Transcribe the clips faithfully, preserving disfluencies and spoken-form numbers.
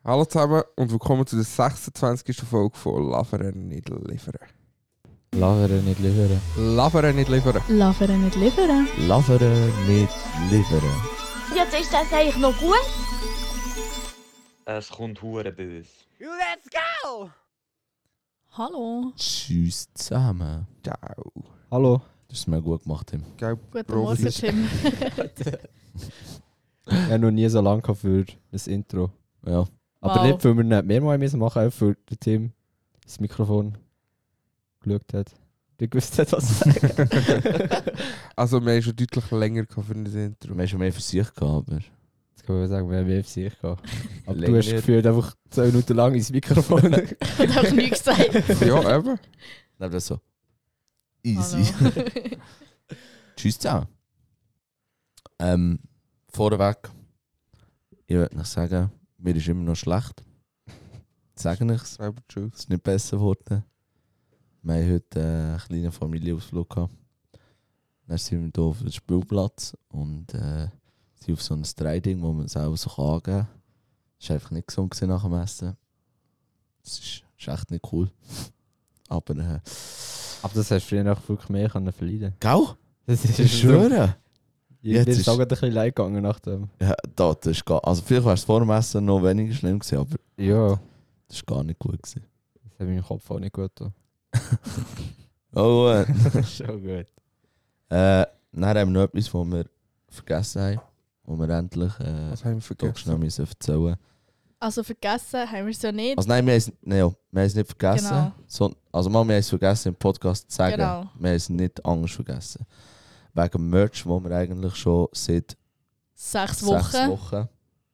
Hallo zusammen und willkommen zu der sechsundzwanzigsten Folge von Laveren nicht liefern. Laveren nicht liefern. Laveren nicht liefern. Laveren nicht liefern. Laveren nicht liefern. Jetzt ist das eigentlich noch gut? Es kommt hure böse. Let's go! Hallo. Tschüss zusammen. Ciao. Hallo. Das ist mir gut gemacht, Tim. Gell, Guten Profis. Morgen, Tim. Ich habe noch nie so lange für das Intro. Ja. Aber Wow. nicht, weil wir nicht mehrmals müssen machen, auch für den Tim das Mikrofon geschaut hat. Der gewusst hat, was sagen. Also wir haben schon deutlich länger gehabt für das Intro. Wir haben schon mehr für sich gehabt, aber... Jetzt kann man sagen, wir haben mehr für sich gehabt. Aber Länger. du hast gefühlt einfach zwei Minuten lang ins Mikrofon. Ich habe auch nichts gesagt. Ja, eben. Dann das so. Easy. Hallo. Tschüss zusammen. Ähm, vorweg, ich würde noch sagen, mir ist immer noch schlecht. Sage ich's. Selber schuld. Es ist nicht besser geworden. Wir haben heute äh, einen kleinen Familienausflug gehabt. Dann sind wir hier auf dem Spielplatz und äh, sind auf so ein Drei-Ding, wo man selber so angeben kann. Das war einfach nicht gesund gewesen nach dem Essen. Das ist, ist echt nicht cool. Aber äh, Aber das hast du früher auch wirklich mehr können verleiden. gell? Das ist Ich schwöre. Jetzt Jetzt ist ist- auch ein bisschen leid gegangen nach dem. Ja, da, das ist gar, also vielleicht wäre es vor dem Essen noch weniger schlimm gewesen, aber Ja, das war gar nicht gut gewesen. das hat meinem Kopf auch nicht gut getan. Oh, äh, Schon gut. äh, dann haben wir noch etwas, was wir vergessen haben, was wir endlich äh, Was haben wir doch vergessen? schnell müssen erzählen. Also vergessen haben wir es ja nicht. Also nein, wir haben es, nein, ja, wir haben es nicht vergessen. Genau. So, also mal, wir haben es vergessen im Podcast zu sagen. Genau. Wir haben es nicht anders vergessen. Wegen dem Merch, wo wir eigentlich schon seit Sechs Wochen. sechs Wochen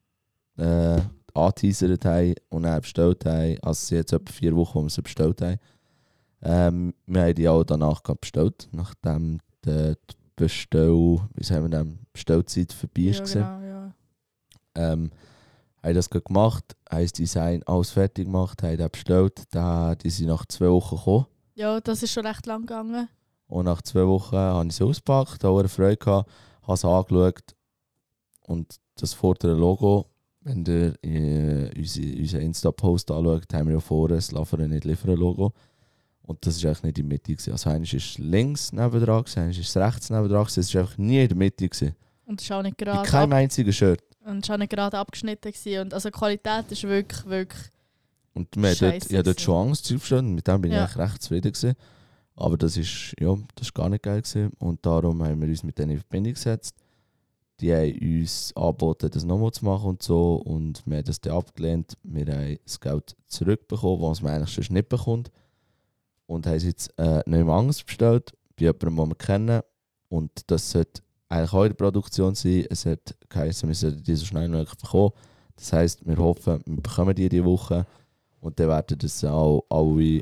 äh, angeteasert haben und dann bestellt haben. Also es sind jetzt etwa vier Wochen, wo wir sie bestellt haben. Ähm, wir haben die auch danach gerade bestellt, nachdem die Bestell, wie sagen wir denn, Bestellzeit vorbei Ja, ist. genau, ja. Ähm, haben das gerade gemacht, haben das Design alles fertig gemacht, haben das bestellt. Da, die sind nach zwei Wochen gekommen. Ja, das ist schon recht lang gegangen. Und nach zwei Wochen habe ich sie ausgepackt, habe eine Freude gehabt, habe sie angeschaut. Und das vordere Logo, wenn ihr äh, unsere, unseren Insta-Post anschaut, haben wir ja vorne das Laveren nicht liefern Logo. Und das war eigentlich nicht in der Mitte gewesen. Also eines ist links nebendran, eines ist rechts nebendran, es war einfach nie in der Mitte gewesen. Und es war auch nicht In gerade keinem ab einzigen Shirt. und es war auch nicht gerade abgeschnitten. Gewesen. Und also die Qualität ist wirklich, wirklich... Und wir haben dort, Scheisse ich hatte dort gewesen. schon Angst draufgestanden, mit dem bin ich Ja. eigentlich recht zufrieden gewesen. Aber das ist, ja, das ist gar nicht geil gewesen. Und darum haben wir uns mit denen in Verbindung gesetzt. Die haben uns angeboten, das nochmal zu machen und so. Und wir haben das dann abgelehnt. Wir haben das Geld zurückbekommen, was man eigentlich sonst nicht bekommt. Und haben es jetzt äh, nicht mehr anders bestellt, bei jemandem, den wir kennen. Und das sollte eigentlich auch in der Produktion sein. Es hat geheißen, wir sollten die so schnell wie möglich bekommen. Das heisst, wir hoffen, wir bekommen die diese Woche. Und dann werden das auch alle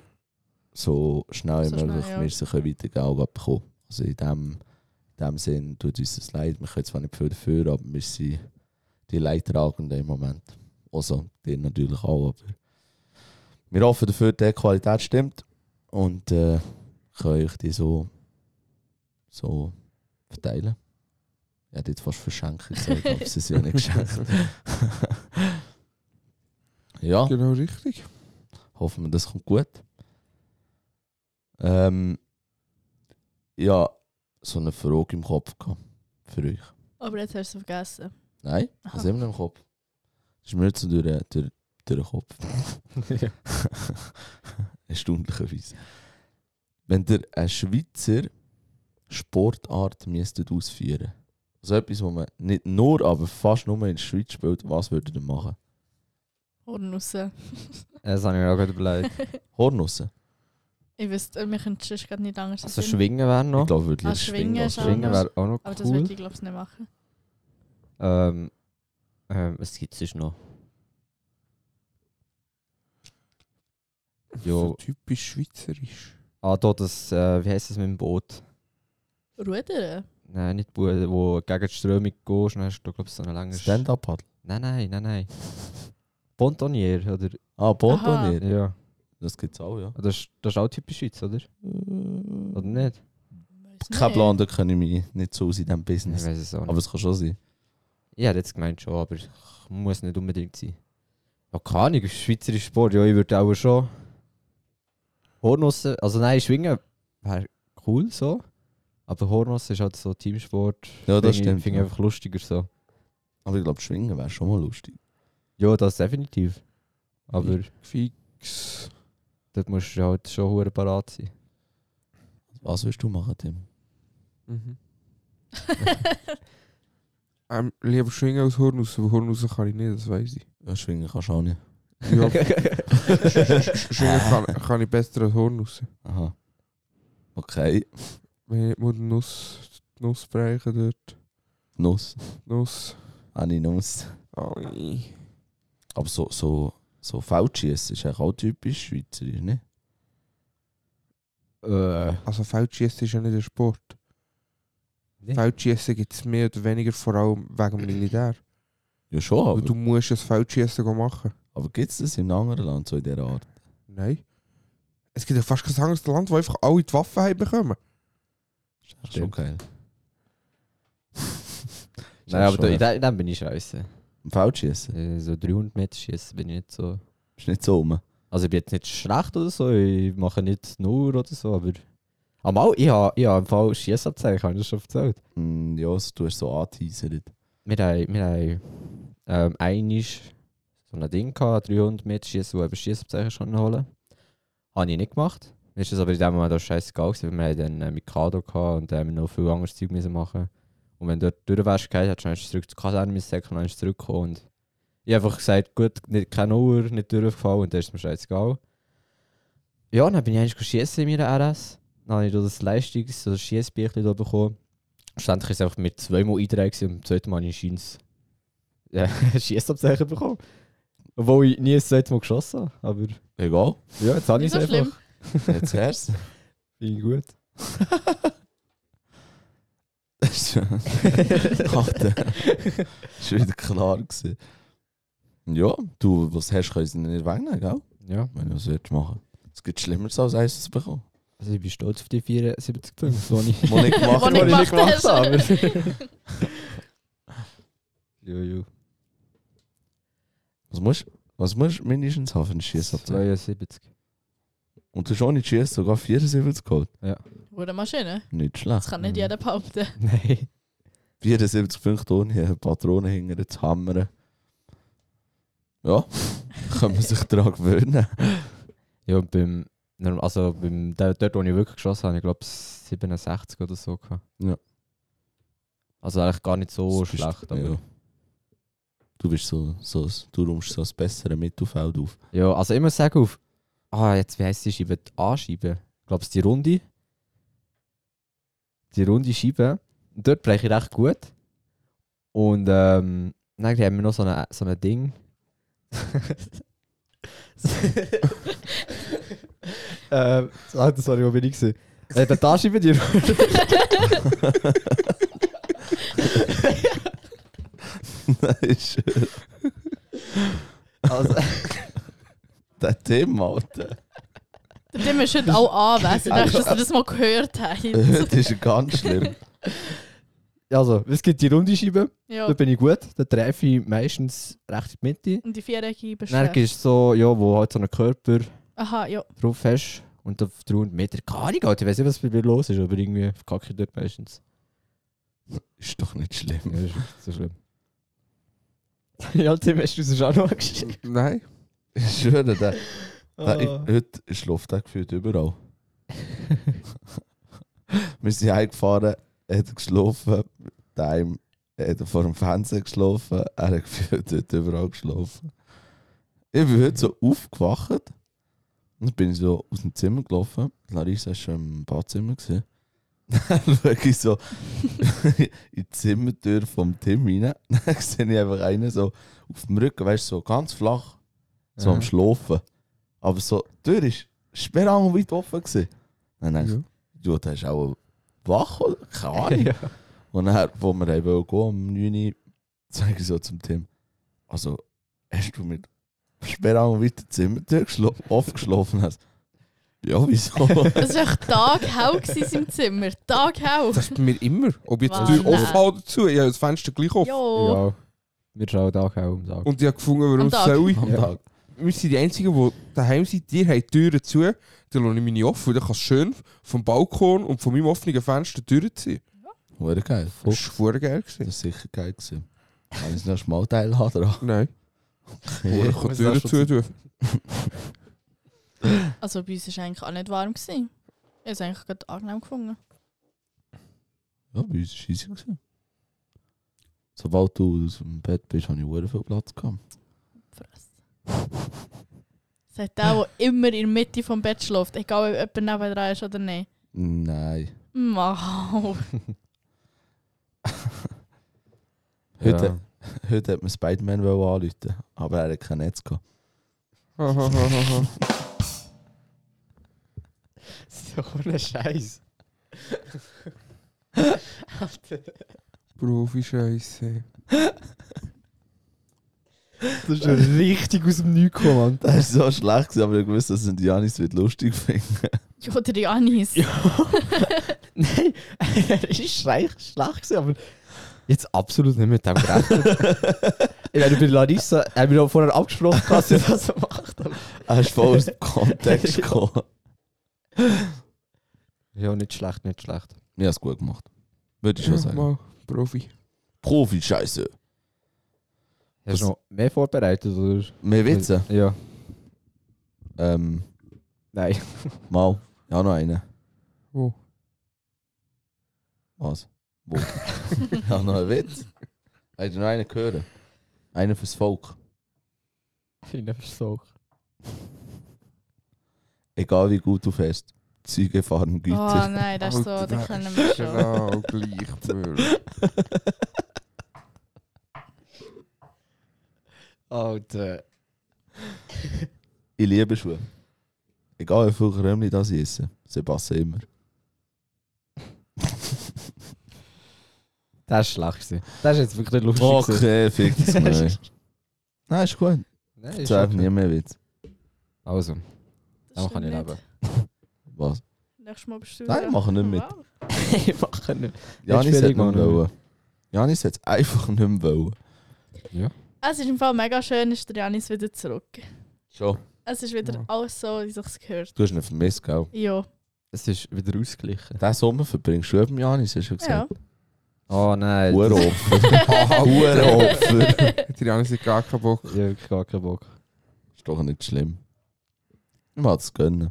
so schnell wie So schnell, möglich ja. wir sie können weitergeben auch bekommen. Also in dem, in dem Sinn tut uns das leid. Wir können zwar nicht viel dafür, aber wir sind die Leidtragenden im Moment. Also die natürlich auch, aber wir hoffen dafür, dass die Qualität stimmt und äh, können euch die so, so verteilen. Ich hätte jetzt fast verschenken gesagt, aber sie sind ja nicht geschenkt. Ja. Genau richtig. Hoffen wir, das kommt gut. Ähm, ja, so eine Frage im Kopf gehabt für euch. Aber jetzt hast du es vergessen. Nein, Aha. also immer noch im Kopf. Das ist mir nicht so durch, durch, durch den Kopf. Erstaunlicherweise. Wenn ihr eine Schweizer Sportart müsstet ausführen, also etwas, was man nicht nur, aber fast nur in der Schweiz spielt, was würdet ihr machen? Hornussen. Das habe ich mir auch gerade überlegt. Hornussen? Ich wüsste, wir können es gerade nicht anders Also sein. Schwingen wäre Ich noch. glaube, ich würde Ah, lieber Schwingen schwingen. als ist auch Schwingen noch. wäre auch noch Aber das würde cool. ich glaube ich nicht machen. Ähm, ähm, was gibt es sonst noch? So Ja, typisch schweizerisch. ah, da das, äh, wie heisst das mit dem Boot? Rudern? Nein, nicht Boot, wo gegen die Strömung gehst, dann hast du, glaube ich, so eine lange... Stand-up-Paddle. Nein, nein, nein, nein. Pontonier, oder? Ah, Bootonier. Ja. Das gibt es auch, ja. Das ist, das ist auch typisch Schweiz, oder? Oder nicht? Weiss Kein nicht. Plan, da kenne ich mich nicht so aus in diesem Ich Business. weiß es auch nicht. Aber es kann schon sein. Ich hätte jetzt gemeint schon, aber ich muss nicht unbedingt sein. Oh, keine Ahnung, schweizerischer Sport, ja, ich würde auch schon Hornussen, also nein, Schwingen wäre cool so, aber Hornussen ist halt so Teamsport. Ja, das Finde ich- stimmt, Finde ich ja. einfach lustiger so. Aber ich glaube, Schwingen wäre schon mal lustig. Ja, das definitiv. Aber Fix. dort musst du halt schon hure parat sein. Was willst du machen, Tim? Mhm. ähm, lieber schwingen als Hornussen, weil Hornussen kann ich nicht, das weiss ich. Ja, Schwingen kannst du auch nicht. Ja, schwingen kann, kann ich besser als Hornussen. Aha. Okay. Wenn ich muss die Nuss, die Nuss brechen dort. Nuss. Nuss. Eine Nuss. Ai. Aber so, so, so Feldschiessen ist eigentlich auch typisch schweizerisch, ne? äh, Also Feldschiessen ist ja nicht ein Sport. Nee. Feldschiessen gibt es mehr oder weniger vor allem wegen dem Militär. Ja schon, Weil aber, du musst ein Feldschiessen machen. aber gibt es das in einem anderen Land so in dieser Art? Nein. Es gibt ja fast kein anderes Land, wo einfach alle die Waffen haben bekommen. Das ist schon geil. nein, aber da, in da, dem- in dem bin ich scheiße. im Feldschiessen? Äh, So dreihundert Meter schießen bin ich nicht so. Ist nicht so rum. Also ich bin jetzt nicht schlecht oder so, ich mache nicht nur oder so, aber... Aber auch, ich habe ich hab im Fall Schiessabzeichen, habe ich das schon erzählt. Mm, ja, also, du hast so angeteasert. Wir haben, wir haben ähm, einmal so ein Ding gehabt, dreihundert Meter schießen, wo eben Schiessabzeichen schon holen. Habe ich nicht gemacht. Mir ist das aber in dem Moment auch scheißegal gewesen, weil wir haben dann äh, Mikado gehabt und dann haben wir noch viel anderes Zeug müssen machen. Und wenn du dort durch wärst gegangen, hättest du dann zurück zur Kaserne müssen säckeln und dann ist zurückgekommen. Und ich habe einfach gesagt, gut, nicht, keine Uhr, nicht durchgefallen und dann ist mir scheißegal. Ja, dann bin ich eigentlich schiessen in meiner R S. Dann habe ich da das Leistungs- oder Schiessbüchlein da bekommen. Schlussendlich war es einfach mit zweimal eingetragen und beim zweiten Mal habe ich scheins ja, Schiessabzeichen bekommen. Obwohl ich nie ein zweites Mal geschossen habe. Aber Egal. ja, jetzt habe ich Nicht es so einfach. schlimm. Jetzt erst. Finde ich gut. Das ist schon. Alter. Das war wieder klar gewesen. Ja, du, was hast, kannst du nicht wegnehmen, gell? Ja, Wenn du was willst machen. Es gibt Schlimmeres als eins zu bekommen. also ich bin stolz auf die vierundsiebzig Punkte, die ich, Wo ich gemacht Wo habe. ich die ich gemacht gemacht habe. hast. Jo, jo. Was musst was musst du mindestens haben für einen Schiessabzeichen? zweiundsiebzig. Und du hast auch nicht Schiess, sogar vierundsiebzig geholt. Wurde Maschine. Nicht schlecht. Das kann nicht Mhm. jeder behaupten. Nein. vierundsiebzig Punkte ohne Patronen hinterher zu hammern. Ja, kann man sich daran gewöhnen. Ja, und beim, also beim, der- dort, wo ich wirklich geschossen habe, ich glaube siebenundsechzig oder so gehabt. Ja. Also eigentlich gar nicht so Das bist- schlecht, aber... ja. Du bist so, so, du räumst so das bessere Mittelfeld auf. Ja, also immer sagen auf. Ah, jetzt wie heisst die Scheibe? Die A-Scheibe. Glaubst du die Runde? Die runde Scheibe. Und dort breche ich recht gut. Und ähm, dann haben wir noch so ein so eine Ding. ähm, das sorry, wo bin ich gewesen? Äh, die A-Scheibe, die Nein, schön. also, Der Thema, Alter. Der Tim ist heute auch anwesend. Ich dachte, dass ihr das mal gehört habt. Das ist ganz schlimm. also, es gibt die runde Scheibe. Ja. Da bin ich gut. Da treffe ich meistens recht in die Mitte. Und die viereckige Dann Beschwerden. ist so, ja, wo halt so einen Körper Aha, ja. drauf hast und auf dreihundert Meter, keine Ahnung, Alter, ich weiß nicht, was bei mir los ist, aber irgendwie verkacke ich dort meistens. Ist doch nicht schlimm. Ja, das ist wirklich so schlimm. Ja, Tim, hast du es auch noch geschickt? Nein. Ich schwöre, der, der, Ah. ich, heute schläft er gefühlt überall. Wir sind heimgefahren, er hat geschlafen, daheim hat er vor dem Fernseher geschlafen, er hat gefühlt dort überall geschlafen. Ich bin heute so aufgewacht und dann bin ich so aus dem Zimmer gelaufen. Larissa war schon im Badzimmer. gewesen. Dann schaue ich so in die Zimmertür vom Tim rein. Dann sehe ich einfach einen so auf dem Rücken, weißt du, so ganz flach, so am Aha. Schlafen. Aber so, die Tür war sperrangelweit offen. Gewesen. Dann dachte ich, Ja. du, der ist auch wach oder? Keine Ahnung. Ja. Und dann, wo wir gehen wollten, um neun Uhr, sage ich so zum Tim, also, hast du mit sperrangelweit die Zimmertür geschlo- offen geschlafen? Hast? Ja, wieso? Es war echt taghell gewesen in seinem Zimmer. Taghell. Das ist bei mir immer. Ob jetzt Was? die Tür Nein. offen oder zu, ich habe das Fenster gleich offen. Jo. Ja, wir schauen auch auch am Tag. Und ich habe gefunden, warum Am Tag. soll ich? Am Ja. Tag. wir sind die Einzigen, die daheim sind. Die haben die Türen zu, dann lasse ich meine offen. Dann kann es schön vom Balkon und von meinem offenen Fenster durchziehen. Hure geil. Das war vorher geil. Das Gewesen. war sicher geil gewesen. Kann ich noch mal teilhaben daran? Nein. Okay. Ich kann die muss Türen das schon zu tun. Also bei uns war es eigentlich auch nicht warm. Gewesen. Ich habe es eigentlich gerade angenehm gefunden. Ja, bei uns war es easy gewesen. Sobald du aus dem Bett bist, habe ich hure viel Platz gehabt. Fress. Sagt der, der immer in der Mitte vom Bett schläft, egal ob jemand nebenan ist oder nicht. Nein. Wow. Heute, Ja. heute hat man Spider-Man anrufen, aber er hat kein Netz gehabt. Hahaha. So ein Scheiß. Profi-Scheiße. Das ist richtig aus dem Nichts gekommen. Das war so schlecht, gewesen, aber ich wusste, dass es Janis wird lustig finden. Ja, der Janis. Nein, er ist schlecht, schlecht gewesen, aber jetzt absolut nicht mit dem gerechnet. Ich meine, bei Larissa haben wir auch vorher abgesprochen, dass sie das macht. Aber Er ist voll aus dem Kontext gekommen. ja, nicht schlecht, nicht schlecht. Ich habe es gut gemacht. Würde ich schon sagen. Mal, Profi. Profi-Scheiße. Hast du noch mehr vorbereitet? Oder? Mehr Witze? Ja. Ähm, Nein. mal. Ja, noch einen. Wo? Was? Wo? Ja, noch einen Witz. Habt ihr noch einen gehört? Einen fürs Volk. Ich so. Egal wie gut du fährst. Züge fahren Oh gütig. nein, das ist so, Alter, das kennen wir schon. Genau, gleich. Müll. Alter. Ich liebe Schuhe. Egal wie viel Krömli das ich esse. Sie passen immer. Das ist schlecht gewesen. Das ist jetzt wirklich lustig gewesen. Okay, fick das mal. Nein, ist gut. Nein, ist Sag okay. nie mehr Witz. Also, Das damit kann ich stimmt leben. Was? Nächstes Mal bist du Nein, wieder- mach nicht mit. Wow. Ich mache nicht. Janis Jetzt hat will ich nicht mal mehr nicht wollen. Janis hat es einfach nicht mehr wollen. Ja. Es ist im Fall mega schön, ist der Janis wieder zurück. Schon. Es ist wieder Ja. alles so, wie sich's gehört. Du hast ihn vermisst, gell? Ja. Es ist wieder ausgeglichen. Diesen Sommer verbringst du beim Janis, hast du schon Ja. gesagt. Oh nein. Hurenopfer. Hurenopfer. Hat die anderen gar keinen Bock. Ich habe gar keinen Bock. Ist doch nicht schlimm. Ich mag es gönnen.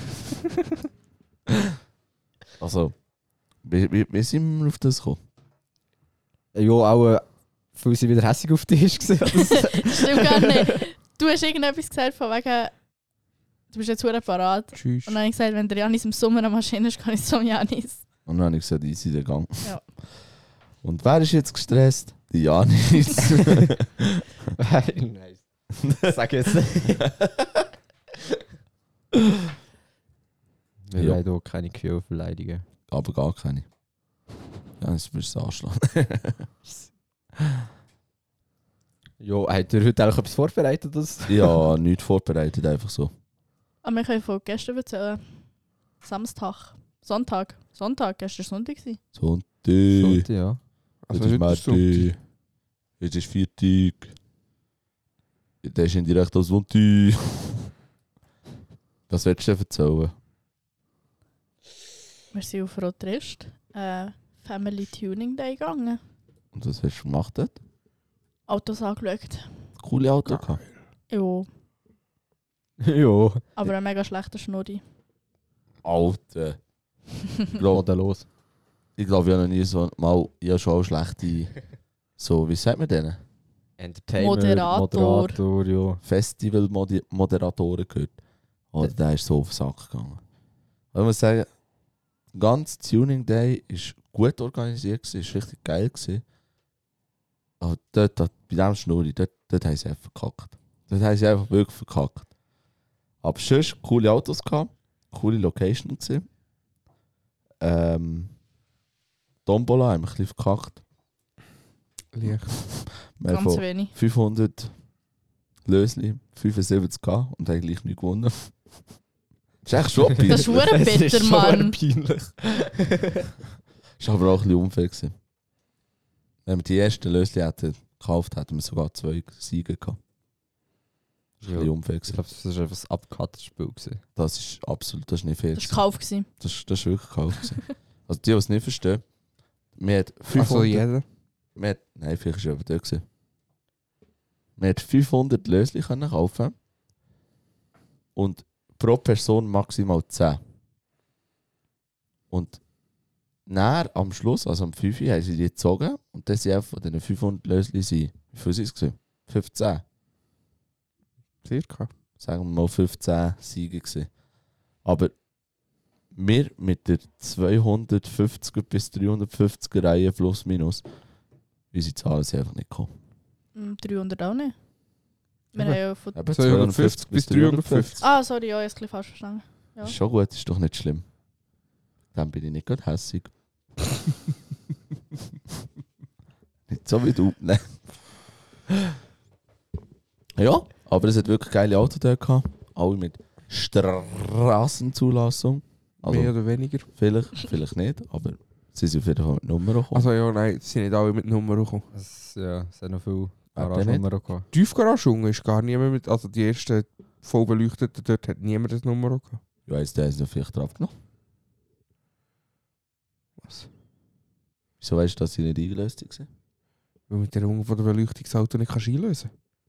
Also, wie, wie, wie sind wir auf das gekommen? Ja, auch äh, weil sie wieder hässig auf dich gesehen. Stimmt gar nicht. Du hast irgendetwas gesagt von wegen, du bist jetzt super parat. Tschüss. Und dann habe ich gesagt, wenn der Janis im Sommer eine Maschine ist, kann ich zum Janis. Und dann habe ich gesagt, easy den Gang. Ja. Und wer ist jetzt gestresst? Die Janis. Nice. Sag jetzt nicht. Wir Ja. wollen hier keine Gefühle verleidigen. Aber gar keine. Janis, du bist ein Arschloch. Jo, habt ihr heute auch etwas vorbereitet? Das? Ja, nichts vorbereitet, einfach so. Aber wir können von gestern erzählen. Samstag. Sonntag. Sonntag, gestern Sonntag gewesen. Sonntag. Sollte, ja. Also Heute ist heute ist Sonntag. Märti. Heute ist Viertag. Der ist indirekt als Sonntag. Was willst du denn erzählen? Wir sind auf Rotrist. Äh, Family Tuning Day gegangen. Und was hast du gemacht dort? Autos angeschaut. Coole Auto gehabt. Ja. Jo. Aber ein mega schlechter Schnurri. Alter. Ich glaube, Oder los. ich, glaub, ich habe noch nie so mal, ich habe schon auch schlechte, so, wie sagt man denen? Entertainer, Moderator. Moderator, ja. Festival-Moderatoren gehört. Oder der ist so auf den Sack gegangen. Ich muss sagen, der ganze Tuning Day war gut organisiert, war richtig geil. Gewesen. Aber dort, dort, bei diesem Schnurri, dort, dort haben sie einfach verkackt. Dort haben sie einfach wirklich verkackt. Aber sonst coole Autos gehabt, coole Location gewesen. Ähm, Tombola haben wir ein bisschen verkackt. Leicht. Wir haben Ganz von wenig. fünfhundert Lösli, fünfundsiebzig K und haben gleich nicht gewonnen. Das ist echt schon Das peinlich. ist verdammt Es ist bitter, schon Mann. peinlich. Das war aber auch ein bisschen unfair gewesen. Wenn wir die ersten Lösli hätten gekauft, hätten wir sogar zwei Siege gehabt. Das war ein bisschen unfair. Ich gewesen. glaube, das war einfach ein abgekartetes Spiel. Gewesen. Das ist absolut, das ist nicht fair. Das war Kauf. gewesen. Das, das ist wirklich gekauft. gewesen. Also die, die es nicht verstehen, wir hat Also fünfhundert... jeder. wir hat, nein, vielleicht war es aber dort. gewesen. Wir hat fünfhundert Lösli können kaufen und pro Person maximal zehn. Und dann, am Schluss, also am fünf Uhr, haben sie die gezogen und dann sind von diesen fünfhundert Lösli sein. Wie viel waren es? fünfzehn. Circa. Sagen wir mal fünfzehn Siege gewesen. Aber wir mit der zweihundertfünfziger bis dreihundertfünfziger Reihe plus minus, unsere Zahlen sind einfach nicht gekommen. Mm, dreihundert auch nicht. Wir Eben. haben ja von... Eben zweihundertfünfzig bis dreihundertfünfzig. Ah, sorry, ja, ich habe es ein bisschen falsch verstanden. Ja. Ist schon gut, ist doch nicht schlimm. Dann bin ich nicht gerade hässig. Nicht so wie du. Nein. Ja, aber es hat wirklich geile Autos dort gehabt. Alle mit Strassenzulassung. Also Mehr oder weniger. vielleicht, vielleicht nicht, aber sie sind auf jeden Fall mit Nummer gekommen. Also ja, nein, sie sind nicht alle mit Nummer gekommen. Es, ja, es hat noch viel Ah, Garagennummern gehabt. Die Tiefgarage ist gar niemand mit, also die ersten voll beleuchteten, dort hat niemand das Nummer gehabt. Ja, jetzt der ist noch vielleicht drauf genommen. Was? Wieso weißt du, dass sie nicht eingelöst waren? Weil mit der Unge von der Beleuchtungsauto nicht kannst einlösen.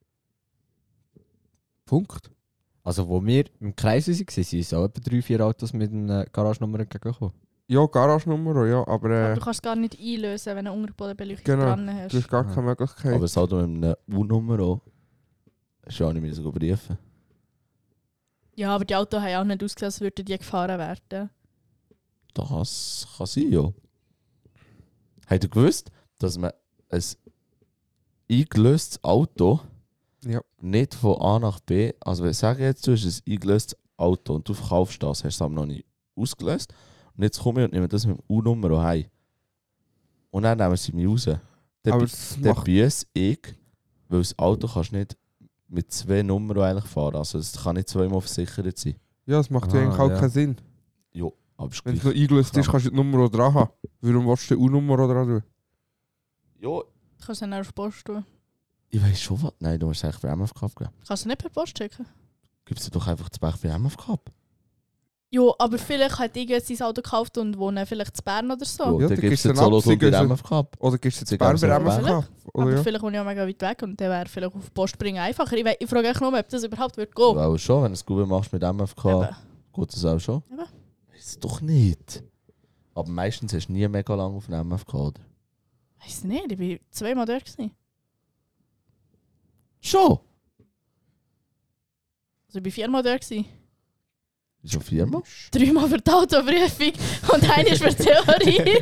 Punkt. Also, wo wir im Kreis waren, sind es auch etwa drei, vier Autos mit einer Garagennummer entgegengekommen. Ja, Garagenummer, ja, aber Aber äh, du kannst es gar nicht einlösen, wenn du eine Unterbodenbeleuchtung Genau. dran du hast. hast gar Ja. keine Möglichkeit. Aber das Auto mit einer U-Nummer auch. Ist ja auch nicht mehr so briefen. Ja, aber die Autos haben auch nicht ausgesehen, als würden die gefahren werden. Das kann sein, ja. Habt ihr gewusst, dass man ein eingelöstes Auto Ja. nicht von A nach B, also wenn ich sage jetzt, du hast ein eingelöstes Auto und du verkaufst das, hast du es aber noch nicht ausgelöst und jetzt komme ich und nehme das mit dem U-Nummer auch heim. Und dann nehmen sie mich raus. Dann, aber bi- es dann macht, büsse ich, weil das Auto kannst du nicht mit zwei Nummern eigentlich fahren. Also es kann nicht zweimal versichert sein. ja, es macht ja Ah, eigentlich auch ja. keinen Sinn. Ja, aber ist Wenn es gleich. noch eingelöst ist, Krank. kannst du die Nummer auch dran haben. Warum willst du die U-Nummer auch dran tun? Ja, Du kannst du dann auch auf die Post tun. ich weiß schon was. Nein, du musst es eigentlich für M F K abgeben. Kannst du nicht per Post schicken? Gibst du doch einfach das Blech für M F K ab. Ja, aber vielleicht hat irgendjemand sein Auto gekauft und wohnt vielleicht in Bern oder so. Ja, Ja, dann dann gibst gibst du du jetzt einen Solothurn bei Abzug, der also- M F K ab. Oder gibst du jetzt Sie Bern geben bei es M F K? Aber Oder ja? vielleicht wohne ich auch mega weit weg und der wäre vielleicht auf die Post bringen einfacher. Ich, we- ich frage euch nur, ob das überhaupt wird gehen. Ja, auch schon, wenn du es gut machst mit M F K, Eben. geht das auch schon. Eben. Weiß doch nicht. Aber meistens hast du nie mega lange auf einem M F K, oder? Weiss nicht, ich war zweimal dort. Gewesen. Schon? Also ich war viermal dort. Gewesen. Schon viermal? Dreimal für die Autoprüfung und eine für die Theorie.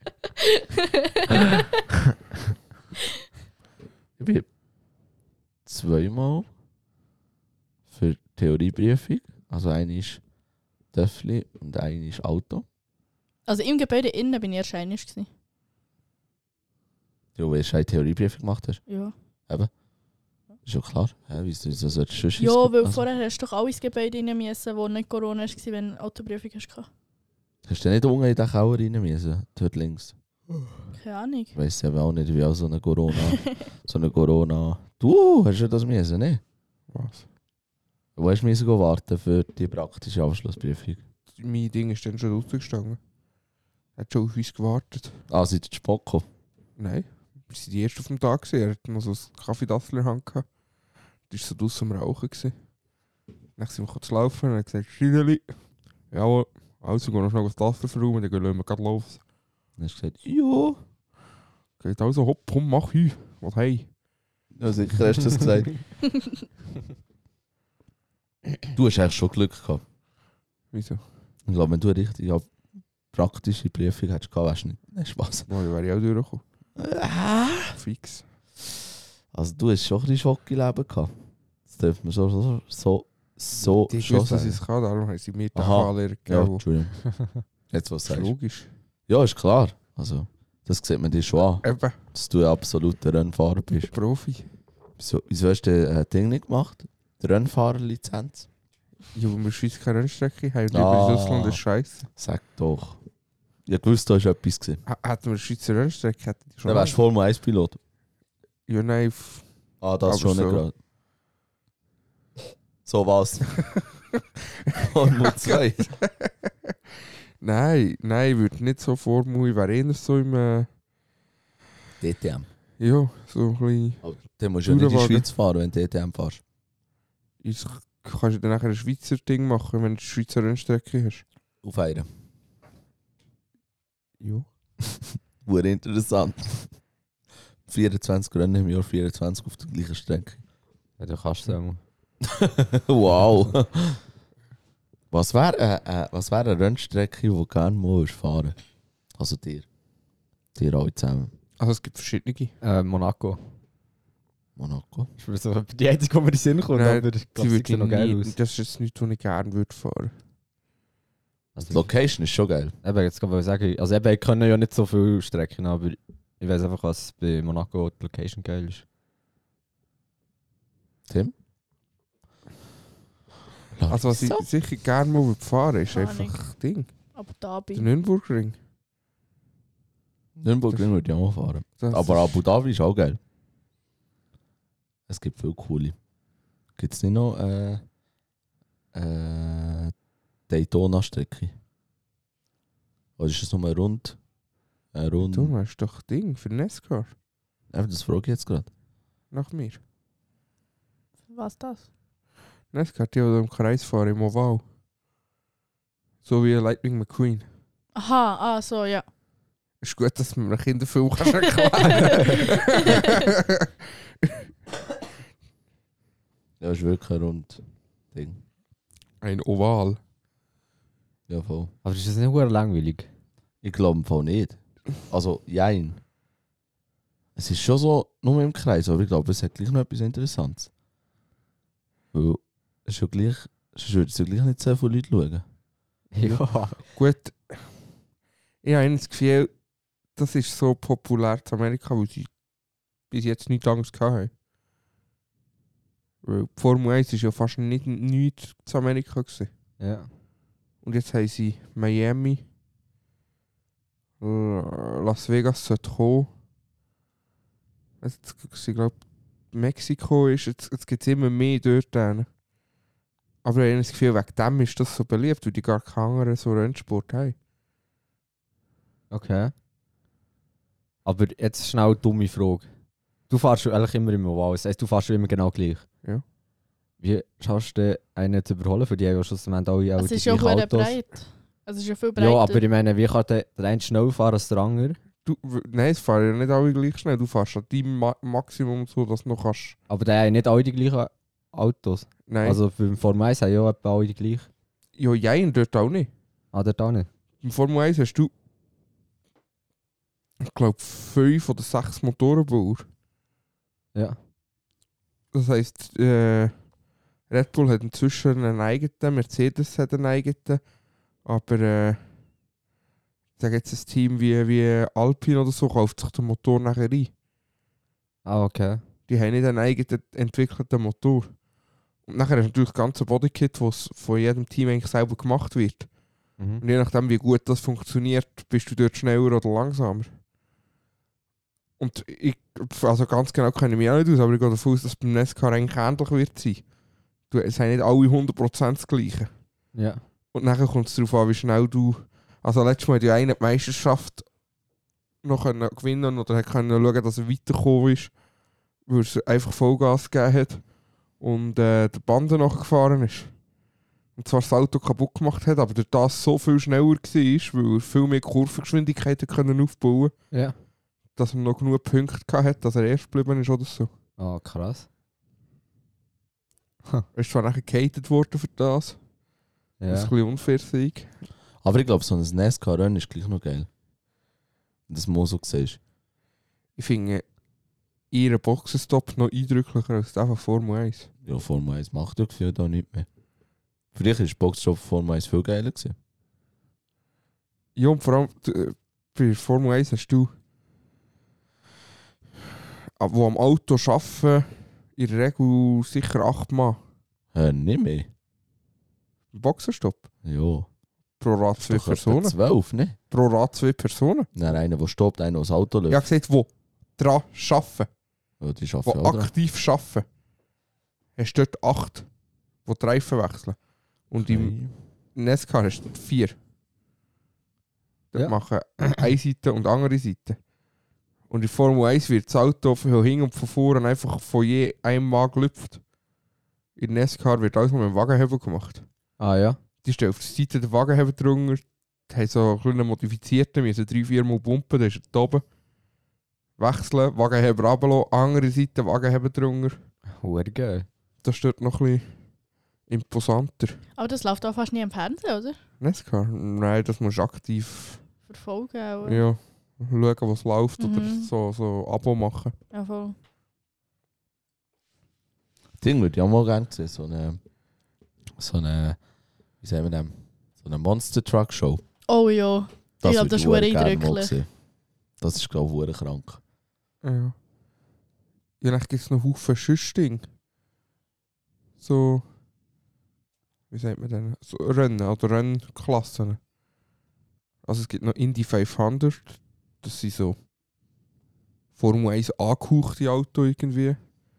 Ich bin zweimal für Theorieprüfung. Also eine ist Töffli und eine ist Auto. Also im Gebäude innen bin ich erst einmal. Gewesen. Ja, weil du eine Theorieprüfung gemacht hast. Ja, Ist ja klar. Hä, wieso wieso solltest du sonst ja ins Ge- weil also, vorher hast du doch alles Gebäude rein müssen, wo nicht Corona war, wenn du Autoprüfung hast. Hast du nicht unten in den Keller rein müssen? Dort links. Keine Ahnung. Ich weiss eben auch nicht, wie auch so eine Corona... so eine Corona... Du, hast du das müssen, ne? Was? Wo hast du müssen gehen warten für die praktische Abschlussprüfung? Mein Ding ist dann schon rausgestanden. Er hat schon auf uns gewartet. Ah, seid ihr zu Sport gekommen? Nein, wir waren die Ersten auf dem Tag. Gewesen. Er hatte noch so ein Kaffeedassel in der Hand gehabt. Das war so draussen am Rauchen. Gewesen. Dann sind wir kurz laufen und er hat gesagt, Schideli, jawohl, also gehen wir noch ein Dassel verräumen, dann gehen wir gerade los. Dann hast du gesagt, ja. Geht also, hopp, komm, mach hin. Was hey? Ja, sicher hast du das gesagt. Du hast eigentlich schon Glück gehabt. Wieso? Ich glaube, wenn du eine richtige praktische Prüfung hättest gehabt, wärst du nicht... Nein, Spaß. No, da wäre ich auch durchgekommen. Fix. Also du hast schon ein bisschen Schocke-Leben gehabt. Das dürfen wir so, so, so, so Die schon wussten, dass ich sagen. es kann, darum haben sie mir die Aha. Anlehrer Ja, gegeben. Entschuldigung. Jetzt was Das ist sagst du? logisch. Ja, ist klar. Also, das sieht man dir schon an, Eben, dass du ein absoluter Rennfahrer bist. Profi. Wieso, wieso hast du ein Ding nicht gemacht? Die Rennfahrerlizenz? Ja, weil wir Schweiz keine Rennstrecke haben. Ah. Über das Ausland ist scheiße. Sag doch. Ich wusste, da war etwas. gewesen. Hätten wir eine Schweizer Rennstrecke, hätten die schon. Dann wärst du Formel eins Pilot. Ja, nein. f- Ah, das Aber schon nicht so. gerade. So was. Formel zwei. Nein, nein, ich würde nicht so Formel, ich wäre eher so im, äh, D T M. ja, so ein bisschen, Aber dann musst du ja nicht in die Tourenwagen. Schweiz fahren, wenn du D T M fährst. ich, kannst du dann nachher ein Schweizer Ding machen, wenn du eine Schweizer Rennstrecke hast. Auf einen. Ja. Wurde interessant. vierundzwanzig Rennen im Jahr, vierundzwanzig auf der gleichen Strecke. Ja, du kannst es auch. Wow. Was wäre äh, äh, was wär eine Rennstrecke, die du gerne mal fahren? Also dir. Dir alle zusammen. Also es gibt verschiedene. Äh, Monaco. Monaco. Ich würde so die einzige, die mir in den Sinn kommt, Nein, aber ich Die glaube, sieht würde noch ich geil nie, aus. das ist jetzt nichts, was ich gerne würde fahren. Die Also, Location ist schon geil. eben, jetzt kann ich sagen, also eben, ich kann ja nicht so viele Strecken, aber ich weiß einfach, was bei Monaco die Location geil ist. Tim? Also was ich So. sicher gerne mal würde fahren ist Keine einfach Ding. Abu Dhabi. Der Nürnbergring. Nürnbergring würde ich auch mal fahren. Das Aber ist- Abu Dhabi ist auch geil. Es gibt viele coole. Gibt es nicht noch äh, äh, Daytona-Strecke? Oder ist es nur ein Rund? Ein Rund? Du hast doch Ding für NASCAR Einfach das frage ich jetzt gerade. nach mir. Was das? NASCAR, die, die im Kreis fahren, im Oval. So wie Lightning McQueen. Aha, ah, so, ja. Ist gut, dass man einem Kinderfilm kannst erklären. Ja, ist wirklich ein Rund. Ding. Ein Oval. Ja, voll. Aber ist das nicht sehr langweilig? Ich glaube im Fall nicht. Also, jein. Es ist schon so, nur im Kreis, aber ich glaube, es hat gleich noch etwas Interessantes. Weil es ist ja gleich, sonst würden ja gleich nicht so viele Leute schauen. Ja. Gut. Ich habe das Gefühl, das ist so populär in Amerika, weil sie bis jetzt nichts anderes hatten. Weil die Formel eins war ja fast nicht, nichts in Amerika gewesen. Ja. Und jetzt haben sie Miami, L- Las Vegas sollte kommen. Jetzt, ich glaube, Mexiko ist, jetzt, jetzt gibt es immer mehr dort. hin. Aber ich habe das Gefühl, wegen dem ist das so beliebt, weil die gar keine anderen so Rennsport haben. Okay. Aber jetzt schnell eine dumme Frage. Du fährst schon eigentlich immer im Oval, das heisst, du fährst schon immer genau gleich. Ja. Wie schaffst du denn einen zu überholen? Für die haben ja schlussendlich alle auch Es die ist ja gleichen sehr Autos. breit. Es ist ja viel breiter. Ja, aber ich meine, wie kann der, der eine schnell fahren als der andere? Du, w- nein, es fahren ja nicht alle gleich schnell. Du fährst an deinem Ma Maximum so, dass du noch kannst. Aber die haben nicht alle die gleichen Autos. Nein. Also beim Formel eins haben ja etwa alle die gleichen. ja, jein, dort auch nicht. Ah, dort auch nicht. Im Formel eins hast du, ich glaube, fünf oder sechs Motorenbauer. Ja. Das heisst, äh, Red Bull hat inzwischen einen eigenen, Mercedes hat einen eigenen, aber äh, da gibt es ein Team wie, wie Alpine oder so, kauft sich den Motor nachher rein. Ah, okay. Die haben nicht einen eigenen entwickelten Motor. Und nachher hast du natürlich das ganze Bodykit, das von jedem Team eigentlich selber gemacht wird. Mhm. Und je nachdem, wie gut das funktioniert, bist du dort schneller oder langsamer. Und ich, also ganz genau kenne ich mich auch nicht aus, aber ich gehe davon aus, dass beim NASCAR eigentlich ähnlich wird sein. Du, es sind nicht alle hundert Prozent das Gleiche. Ja. Und nachher kommt es darauf an, wie schnell du... Also letztes Mal hat ja einer die Meisterschaft noch können gewinnen oder hat können schauen, dass er weitergekommen ist, weil er einfach Vollgas gegeben hat und äh, der Bande nachgefahren ist. Und zwar das Auto kaputt gemacht hat, aber durch das so viel schneller war, weil er viel mehr Kurvengeschwindigkeit hat können aufbauen, Ja. dass er noch genug Punkte hatte, dass er erst geblieben ist oder so. Ah, krass. Er ist zwar nachher gehatet worden für das, Ja. das ist ein bisschen unfair sein. Aber ich glaube, so ein NASCAR-Rennen ist gleich noch geil. Wenn du das mal so siehst. Ich finde ihren Boxenstopp noch eindrücklicher als der von Formel eins. Ja, Formel eins macht ja gefühlt auch nicht mehr. Vielleicht ist Boxjob Formel eins viel geiler gewesen. Ja, und vor allem d- bei Formel eins hast du, ab- wo am Auto arbeiten, in der Regel sicher acht Mann. Äh, nicht mehr. Im Boxenstopp. Ja. Pro Rad zwei Doch etwa Personen. zwölf, ne? Pro Rad zwei Personen. Nein, einer, der stoppt, einer, der das Auto Ich läuft. habe gesagt, wo dran arbeiten, Ja, die wo arbeiten auch dran. aktiv arbeiten, hast du dort acht, wo die Reifen wechseln. Und im NASCAR hast du vier. Dort Ja. machen eine Seite und andere Seite. Und in Formel eins wird das Auto von hinten und von vorne einfach von je einem Wagen gelüpft. In NASCAR wird alles mit dem Wagenheber gemacht. Ah ja. Die stehen auf der Seite den Wagenheber drunter, die haben so einen kleinen modifizierten, müssen drei, vier Mal pumpen, dann ist er da oben. Wechseln, Wagenheber runterlassen, andere Seite Wagenheber drunter. Hure geil. Das ist noch ein bisschen imposanter. Aber das läuft auch fast nie im Fernsehen, oder? NASCAR? Nein, das musst du aktiv Verfolgen auch. ja, schauen, was läuft oder Mhm. so, so Abo machen. Ja, voll. Ding würde ich auch mal gerne sehen, so eine, so eine, wie sagen wir das, so eine Monster Truck Show. Oh ja. Das Ich glaub, würde das ist hure hure gerne mal eindrücklich. sehen. Das ist, glaube ich, hure krank. Ja. Ja, dann gibt es noch Haufen Schüssdinge. So, wie sagt man denn? So Rennen oder Rennklassen. Also es gibt noch Indy fünfhundert. Das sind so Formel eins angehauchte Auto irgendwie.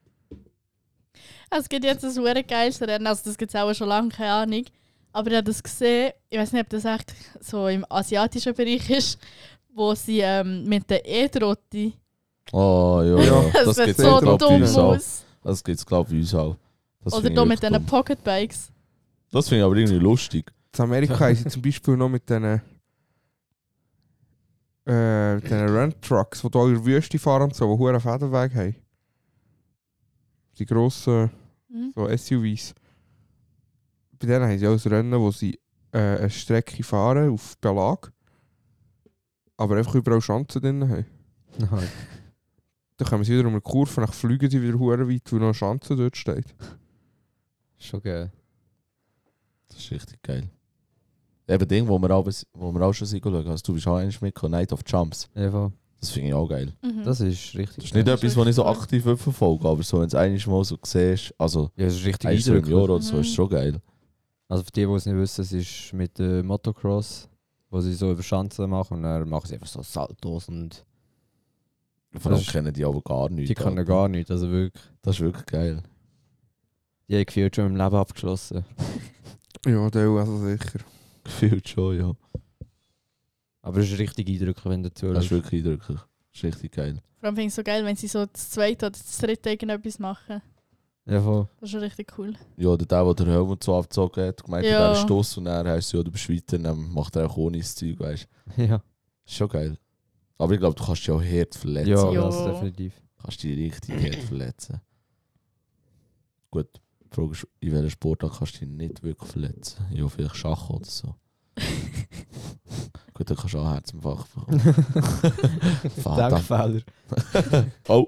Es gibt jetzt ein hure geiles Rennen, also das gibt es auch schon lange, keine Ahnung. Aber ich habe das gesehen, ich weiß nicht, ob das echt so im asiatischen Bereich ist, wo sie ähm, mit der E-Trotti. Oh ja, Ja, ja. Das, das sieht gibt es so glaube dumm bei uns auch. aus. Das gibt es glaube ich bei uns auch. Das Oder finde da ich mit wirklich diesen dumm. Pocketbikes. Das finde ich aber irgendwie lustig. In Amerika haben sie zum Beispiel noch mit diesen äh, mit diesen Renttrucks, die hier in der Wüste fahren und so, die hohen Federweg haben. Die grossen Mhm. so S U Vs. Bei denen haben sie auch ein Rennen, wo sie äh, eine Strecke fahren auf Belag, aber einfach überall Schanzen drin haben. Dann kommen sie wieder um eine Kurve, dann fliegen sie wieder hure weit, weil noch eine Schanze dort steht. Schon geil. Das ist richtig geil. Eben Ding, wo wir auch, wo wir auch schon schauen, also du bist auch einmal mitgekommen, Night of Jumps. Ja, voll. Das finde ich auch geil. Mhm. Das ist richtig. Das ist nicht Das ist etwas, was ich so wirklich cool. aktiv verfolge, aber so, wenn du es einmal mal so siehst, also Ja, das ist richtig eins so im eindrücklich. Jahr oder so, ist es schon geil. Also für die, die es nicht wissen, es ist mit äh, Motocross, wo sie so über Schanzen machen und dann machen sie einfach so Saltos und Vor allem ist- kennen die aber gar nicht. die können gar nichts. Also wirklich, Das ist wirklich geil. die haben gefühlt schon im Leben abgeschlossen. Ja, der also sicher. Gefühlt schon, ja. Aber es ist richtig eindrücklich, wenn du Das ist zuhörst. wirklich eindrücklich. Das ist richtig geil. Vor allem finde ich es so geil, wenn sie so das zweite oder das dritte irgendetwas machen. Ja, voll. Das ist schon richtig cool. Ja, oder der, der den Helmut so abgezogen hat, gemeint, Ja. ja. der Stoss und dann heisst es, ja, du bist weiter, dann macht er auch ohne das Zeug, weißt du. Ja, Ist schon geil. Aber ich glaube, du kannst dich auch hart verletzen. ja, Ja. das definitiv. Du kannst dich richtig hart verletzen. Gut, die Frage ist, in welchem Sportart kannst du dich nicht wirklich verletzen? Ja, vielleicht Schach oder so. Gut, dann kannst du auch Herzinfarkt bekommen. Vater. Denkfehler. Oh!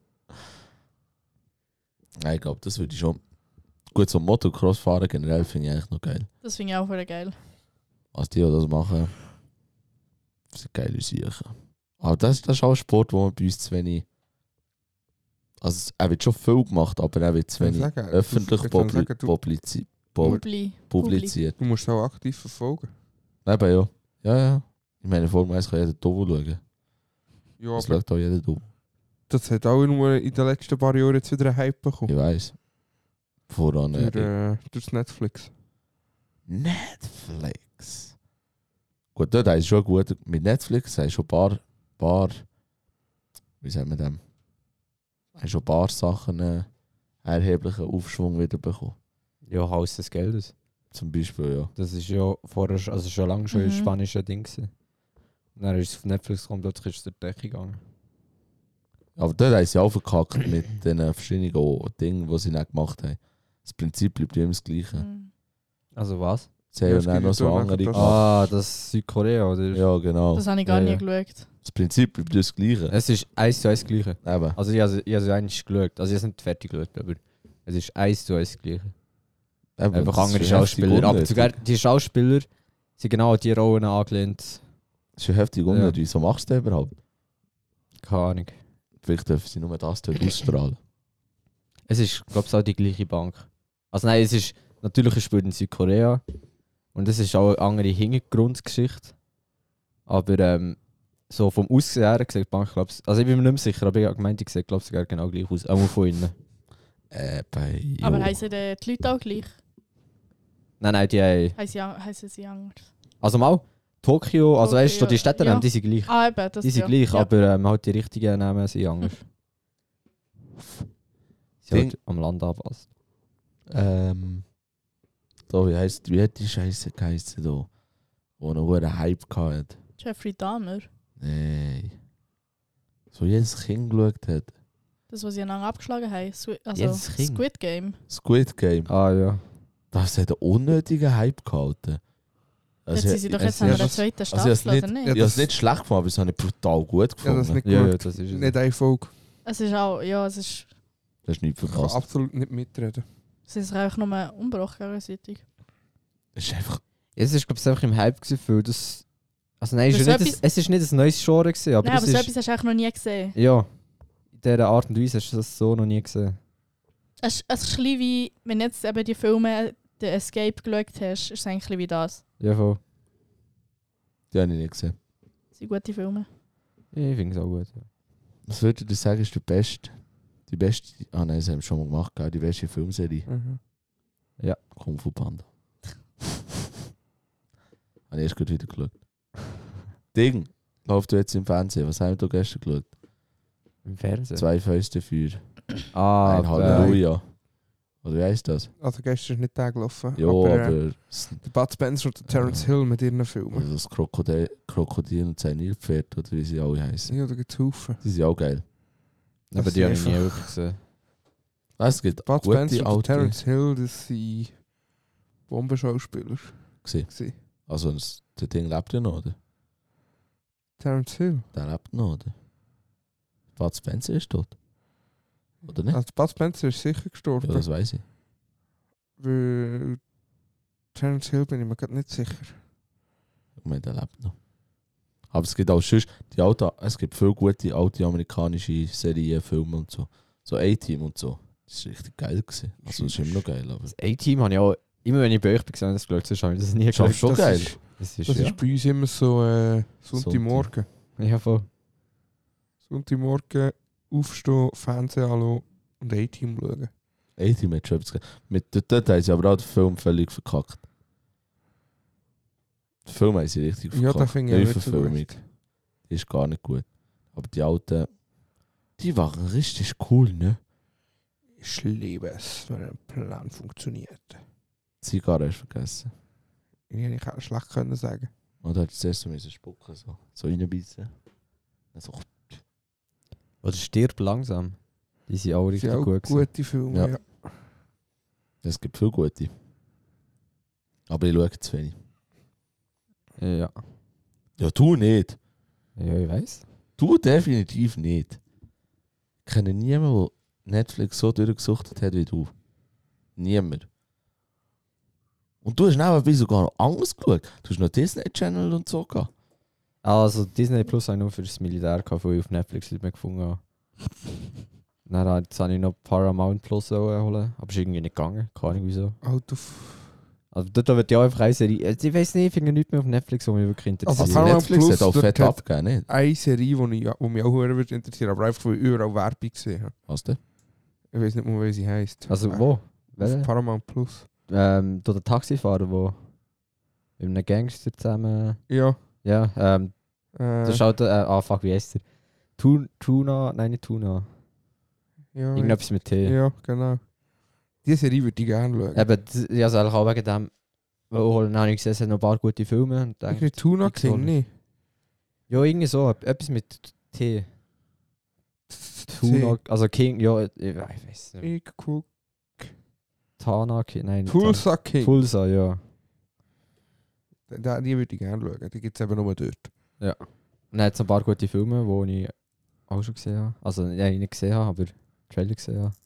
Nein, ich glaube, das würde ich schon. Gut, so Motocross fahren generell finde ich eigentlich noch geil. Das finde ich auch voll geil. Also die, die das machen, das sind geile Sachen. Aber das, das ist auch ein Sport, wo man bei uns zu wenig. Also er wird schon viel gemacht, aber er wird zu Ich wenig kann sagen, öffentlich ich kann publi sagen, du- publizi pub Publi. publiziert. Du musst es auch aktiv verfolgen. Eben ja. Ja, ja. Ich meine, Formel eins kann jeder Dovo schauen. Ja, Das aber schaut auch jeder Dovo. das hat auch nur in den letzten paar Jahren jetzt wieder einen Hype bekommen. Ich weiss. Voran. Durch, Äh, äh, durch Netflix. Netflix. Gut, dort ist schon gut. Mit Netflix hast du schon ein paar, paar. Wie sagen wir dem? Hast schon ein paar Sachen äh, erheblichen Aufschwung wieder bekommen. Ja, Haus des Geldes. Zum Beispiel, ja. Das ist ja vorher, sch- also schon lange schon ein Mhm. spanisches Ding gewesen. Und dann ist es auf Netflix gekommen, plötzlich ist es durch die Decke gegangen. Aber dort haben sie auch verkackt mit den verschiedenen Dingen, die sie nicht gemacht haben. Das Prinzip bleibt immer das Gleiche. Mhm. Also was? Sie Ja, haben es ja dann gibt noch so ja auch andere das- gemacht. Ah, das Südkorea, oder? Ja, genau. Das habe ich gar Ja, nie ja. geschaut. Das Prinzip bleibt das Gleiche. Es ist eins zu eins das Gleiche. Eben. Also ich habe ich habe es eigentlich geschaut. Also ich habe es nicht fertig geschaut, aber es ist eins zu eins das Gleiche. Eben, Einfach das ist andere heftig Schauspieler. Aber unnötig. sogar die Schauspieler sind genau an die Rollen angelehnt. Das ist schon heftig unnötig. Wieso machst du das überhaupt? Keine Ahnung. Vielleicht dürfen sie nur das dort ausstrahlen. Es ist, glaube ich, auch die gleiche Bank. Also nein, es ist natürlich, es spielt in Südkorea. Und es ist auch eine andere Hintergrundgeschichte. Aber ähm, so vom Aussehen her sieht die Bank, glaube ich, also ich bin mir nicht mehr sicher, aber ich habe gemeint, ich sehe, glaube ich, sogar genau gleich aus. Auch von innen. Äh, bei. Aber heißen die Leute auch gleich? Nein, nein, die haben... Heissen sie an- heissen sie anders? Also mal, Tokio, also weißt du, so die Städte, ja. die sind gleich. Ah, eben, das Die sind ja. gleich, ja. aber ähm, halt die richtigen Namen sind anders. Sie Ding- halt am Land anpasst. Ähm. So, wie heisst, wie hat die Scheiße geheißen da? Wo noch einen Hype hatte. Jeffrey Dahmer. Nein. So jedes Kind geschaut hat. Das, was sie einander abgeschlagen haben. Swi- Also Jedes Kind? Squid Game. Squid Game. Ah ja. Das hat einen unnötigen Hype gehalten. Jetzt sind sie doch jetzt also, an einer ich zweiten also, ich hab's Staffel, oder nicht- nicht? Ja, habe es das- nicht schlecht gefunden, aber es habe ich brutal gut Ja, gefunden. das nicht Ja, ja, gut. das ist es. Nicht eine Folge. Es ist auch, ja, es ist, Das ist nicht Ich kann verpasst. absolut nicht mitreden. es ist einfach nur Umbruch gegenseitig. Es ist einfach. Es ist, glaube ich, einfach im Hype gewesen, weil das... Also nein, es Das ist, ist nicht etwas- ein, es ist nicht ein neues Genre gewesen, aber Nein, das aber so ist... etwas hast du eigentlich noch nie gesehen. Ja. In dieser Art und Weise hast du das so noch nie gesehen. Es, es ist ein bisschen wie, wenn du jetzt eben die Filme The Escape geschaut hast, ist es eigentlich ein bisschen wie das. Ja, voll. Die habe ich nicht gesehen. Das sind gute Filme. Ich finde es auch gut. Ja. Was würdet ihr sagen, ist die beste? Die beste. Ah nein, das haben wir schon mal gemacht, gell? Die beste Filmserie. Mhm. Kung Fu Panda. Habe ich erst gerade wieder geschaut. Ding, läuft du jetzt im Fernsehen? Was haben wir da gestern geschaut? Im Fernsehen? Zwei Fäuste für Ah, ein Halleluja. Oder wie heisst das? Also gestern ist nicht der gelaufen. Ja, aber, aber, äh, das, der Bud Spencer und der Terence Hill mit ihren Filmen. also das Krokodil, Krokodil und sein Nilpferd, oder wie sie alle heißen. Ja, da gibt es Haufen. Die sind auch geil. aber das die habe ich ist nie einfach- wirklich gesehen. Es gibt Bud gute Spencer und der alte... Terence Hill, das sind Bombenschauspieler. Gewesen. gewesen. Also das, der Ding lebt ja noch, oder? Terence Hill. Der lebt noch, oder? Bud Spencer ist tot. Oder nicht? Also Bud Spencer ist sicher Ja, gestorben. das weiß ich. Weil Terence Hill bin ich mir gerade nicht sicher. Ich meine, der lebt noch. Aber es gibt auch sonst, die alte, es gibt viele gute alte amerikanische Serien, Filme und so. So A-Team und so. Das war richtig geil gewesen. Also das ist immer noch geil, aber... Das A-Team habe ich auch... Immer wenn ich bei euch bin, gesehen, das geschaut, sonst habe ich das nie Das ist geschaut. schon das geil. Ist, Das ist, das ja. ist bei uns immer so äh, Sonntagmorgen. Ja, voll. Sonntagmorgen aufstehen, Fernsehen anschauen und A-Team schauen. A-Team hat schon etwas geil. Mit dort, dort haben sie aber auch den Film völlig verkackt. Den Film haben sie richtig Ja, verkackt. den finde ich auch Die nicht so Verfilmung. Die ist gar nicht gut. Aber die alten, die waren richtig cool, ne? Ich liebe es, wenn ein Plan funktioniert. Zigarre hast du vergessen. Ich hätte ich auch schlecht können sagen. Oder hat zuerst so müssen spucken, so, so reinbeissen. Also, Oder Stirb langsam. Die sind auch Das richtig sind auch gut gewesen. gute Filme, Ja. ja. es gibt viele gute. Aber ich schaue zu wenig. Ja. Ja, du nicht. Ja, ich weiss. Du definitiv nicht. Ich kenne niemanden, der Netflix so durchgesuchtet hat wie du. Niemand. Und du hast nebenbei sogar noch anders geschaut. Du hast noch Disney Channel und so gehabt. Also Disney Plus habe ich nur für das Militär gehabt, weil ich auf Netflix nicht mehr gefunden habe. Dann habe- jetzt habe ich noch Paramount Plus holen, aber ist irgendwie nicht gegangen. Keine Ahnung wieso. Out of... Also dort wird ja einfach eine Serie. Ich weiß nicht, ich finde nichts mehr auf Netflix, wo mich wirklich interessiert. Also Also Paramount Netflix Plus, hat auch dort fett hat- abgegeben, nicht? Eine Serie, die mich, die mich auch sehr würde interessieren, aber einfach, weil ich überall Werbung gesehen habe. Was denn? Ich weiß nicht mehr, wie sie heisst. Also Äh, wo? Auf Welche? Paramount Plus. Ähm, da der Taxifahrer, der mit einem Gangster zusammen... Ja. Ja, ähm, Äh, das ist halt... Äh, ah, fuck, wie heißt der? Tun, Tuna... Nein, nicht Tuna. ja, Irgendetwas mit T. ja, genau. Diese Serie würde ich gerne schauen. Eben, das- ich also eigentlich auch wegen dem... Weil auch, habe ich gesehen, es hat noch ein paar gute Filme. Und Ich denke, Tuna ich soll King, nicht. ja, irgendwie so. Etwas mit T. Tuna... Also King... Ja, ich, ich weiß nicht. Ich guck. Tana King... Nein, nicht Tulsa Tana. King. Tulsa, ja. Da- Die würde ich gerne schauen. Die gibt es eben nur dort. Und dann hat es ein paar gute Filme, die ich auch schon gesehen habe. Also, ja, ich nicht gesehen habe, aber Trailer gesehen habe.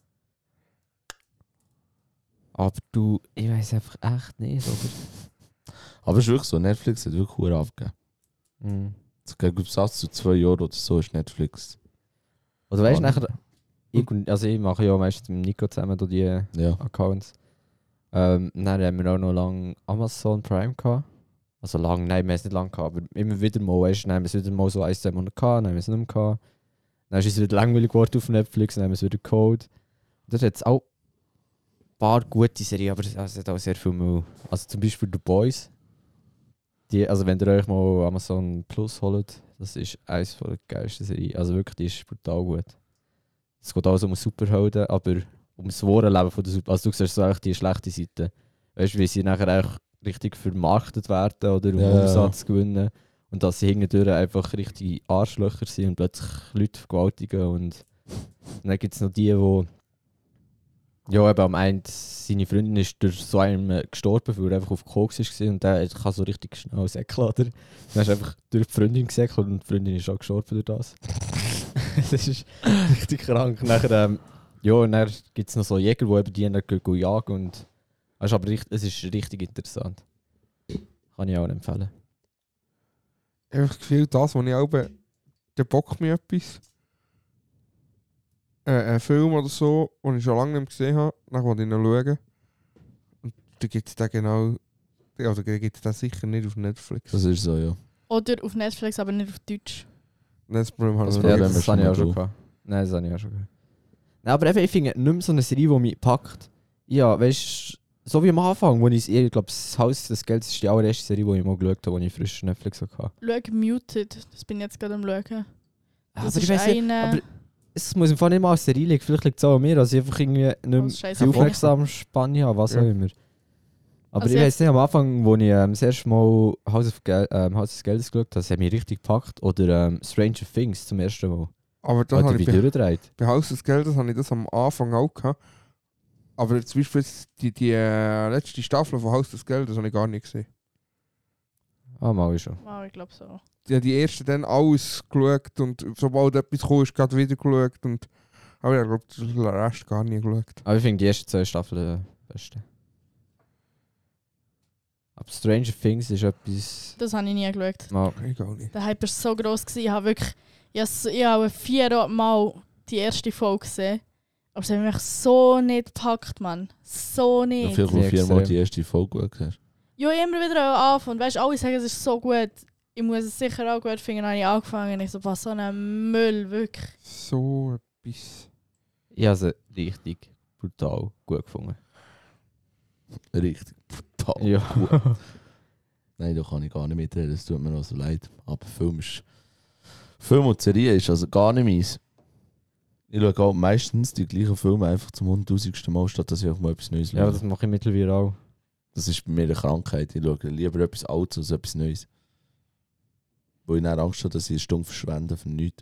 Aber du, ich weiß einfach echt nicht, oder? Aber es ist wirklich so, Netflix hat wirklich Huren abgegeben. Mhm. So gegen Satz zu zwei Jahren oder so ist Netflix. Oder weißt du, Spannend. nachher, ich, und- also ich mache ja meistens mit Nico zusammen da die Ja. Accounts. Ähm, dann haben wir auch noch lange Amazon Prime gehabt. Also lang, nein, wir haben es nicht lange gehabt, aber immer wieder mal, weißt du, dann haben wir es wieder mal so ein, zwei Monate gehabt, dann haben wir es nicht mehr gehabt. Dann ist es wieder langweilig geworden auf Netflix, dann haben wir es wieder geholt. Und dort hat es auch paar gute Serien, aber es hat auch sehr viel Müll. Also zum Beispiel The Boys. Die, also wenn ihr euch mal Amazon Plus holt, das ist eines der geilsten Serien. Also wirklich, die ist brutal gut. Es geht also um Superhelden, aber um das wahre Leben von der Super. Also du siehst so eigentlich die schlechte Seite. Weißt du, wie sie nachher eigentlich richtig vermarktet werden oder um Ja. Umsatz gewinnen. Und dass sie hintendurch einfach richtig Arschlöcher sind und plötzlich Leute vergewaltigen. Und dann gibt es noch die, die ja, eben am Ende seine Freundin ist durch so einem äh, gestorben, weil er einfach auf Koks war und der kann so richtig schnell säckeln, oder? Dann ist er einfach durch die Freundin gesäckelt und die Freundin ist auch gestorben durch das. Das ist richtig krank. Nachher, ähm, ja, und dann gibt es noch so Jäger, die eben die dann gehen jagen und es ist aber richtig, es ist richtig interessant. Kann ich auch empfehlen. Ich habe das Gefühl, das, was ich auch der bockt mir etwas. Äh, ein Film oder so, den ich schon lange nicht mehr gesehen habe, dann wollte ich ihn schauen. Und da gibt es den genau, also da gibt es den sicher nicht auf Netflix. Das ist so, ja. Oder auf Netflix, aber nicht auf Deutsch. Das Problem habe Das ich wäre noch dann nicht. das habe ich schon auch schon mal gehabt. Nein, das habe ich auch schon gehabt. Nein, aber eben, ich finde nicht mehr so eine Serie, die mich packt. Ja, weißt du, so wie am Anfang, wo ich ich glaube, das Haus des Geldes ist die allererste Serie, die ich mal geschaut habe, die ich frisch auf Netflix hatte. Schau Muted, das bin ich jetzt gerade am Schauen. Das Aber ist ich weiss nicht, eine... aber es muss im Fall nicht mal als Serie liegen, vielleicht liegt es auch an mir, dass ich einfach irgendwie nicht mehr Oh, Scheiße, die okay. aufmerksame Spanne habe, was Ja. auch immer. Aber Also ich jetzt- weiss nicht, am Anfang, wo ich ähm, das erste Mal Haus, of Gel ähm, Haus des Geldes geschaut habe, das hat mich richtig gepackt. Oder ähm, Stranger Things zum ersten Mal. Aber Da das hat habe ich ich mich bei, durchgedreht. bei Haus des Geldes habe ich das am Anfang auch gehabt. Aber zum Beispiel jetzt die, die äh, letzte Staffel von Haus des Geldes habe ich gar nicht gesehen. Ah, mal schon. Oh, ich glaube so. Ich habe die erste dann alles geschaut und sobald etwas kam, ist gerade wieder geschaut. Und, aber ich glaube, den Rest gar nicht geschaut. Aber ich finde die ersten zwei Staffeln die besten. Aber Stranger Things ist etwas... Das habe ich nie geschaut. Mal, Ich auch nicht. Der Hype war so gross. Gewesen. Ich habe wirklich... Ich habe, so- ich habe viermal die erste Folge gesehen. Aber sie haben mich so nicht gepackt, Mann. So Ja, nicht. vielleicht, wo Sehr viermal extrem. die erste Folge geschaut hast. Ja, immer wieder anfangen. Und weißt du, alle sagen, es ist so gut. Ich muss es sicher auch gut finden. Dann habe ich angefangen und ich so, was so ein Müll, wirklich. So etwas. ich habe sie richtig brutal gut gefunden. Richtig brutal. Ja. Gut. Nein, da kann ich gar nicht mitreden, es tut mir noch so leid. Aber Film ist... Film und Serie ist also gar nicht meins. Ich schaue auch meistens die gleichen Filme einfach zum hunderttausendsten Mal, statt dass ich auch mal etwas Neues Ja, schaue. das mache ich mittlerweile auch. Das ist bei mir eine Krankheit. Ich schaue lieber etwas Altes als etwas Neues. Wo ich dann Angst habe, dass ich eine Stunde verschwende für nichts.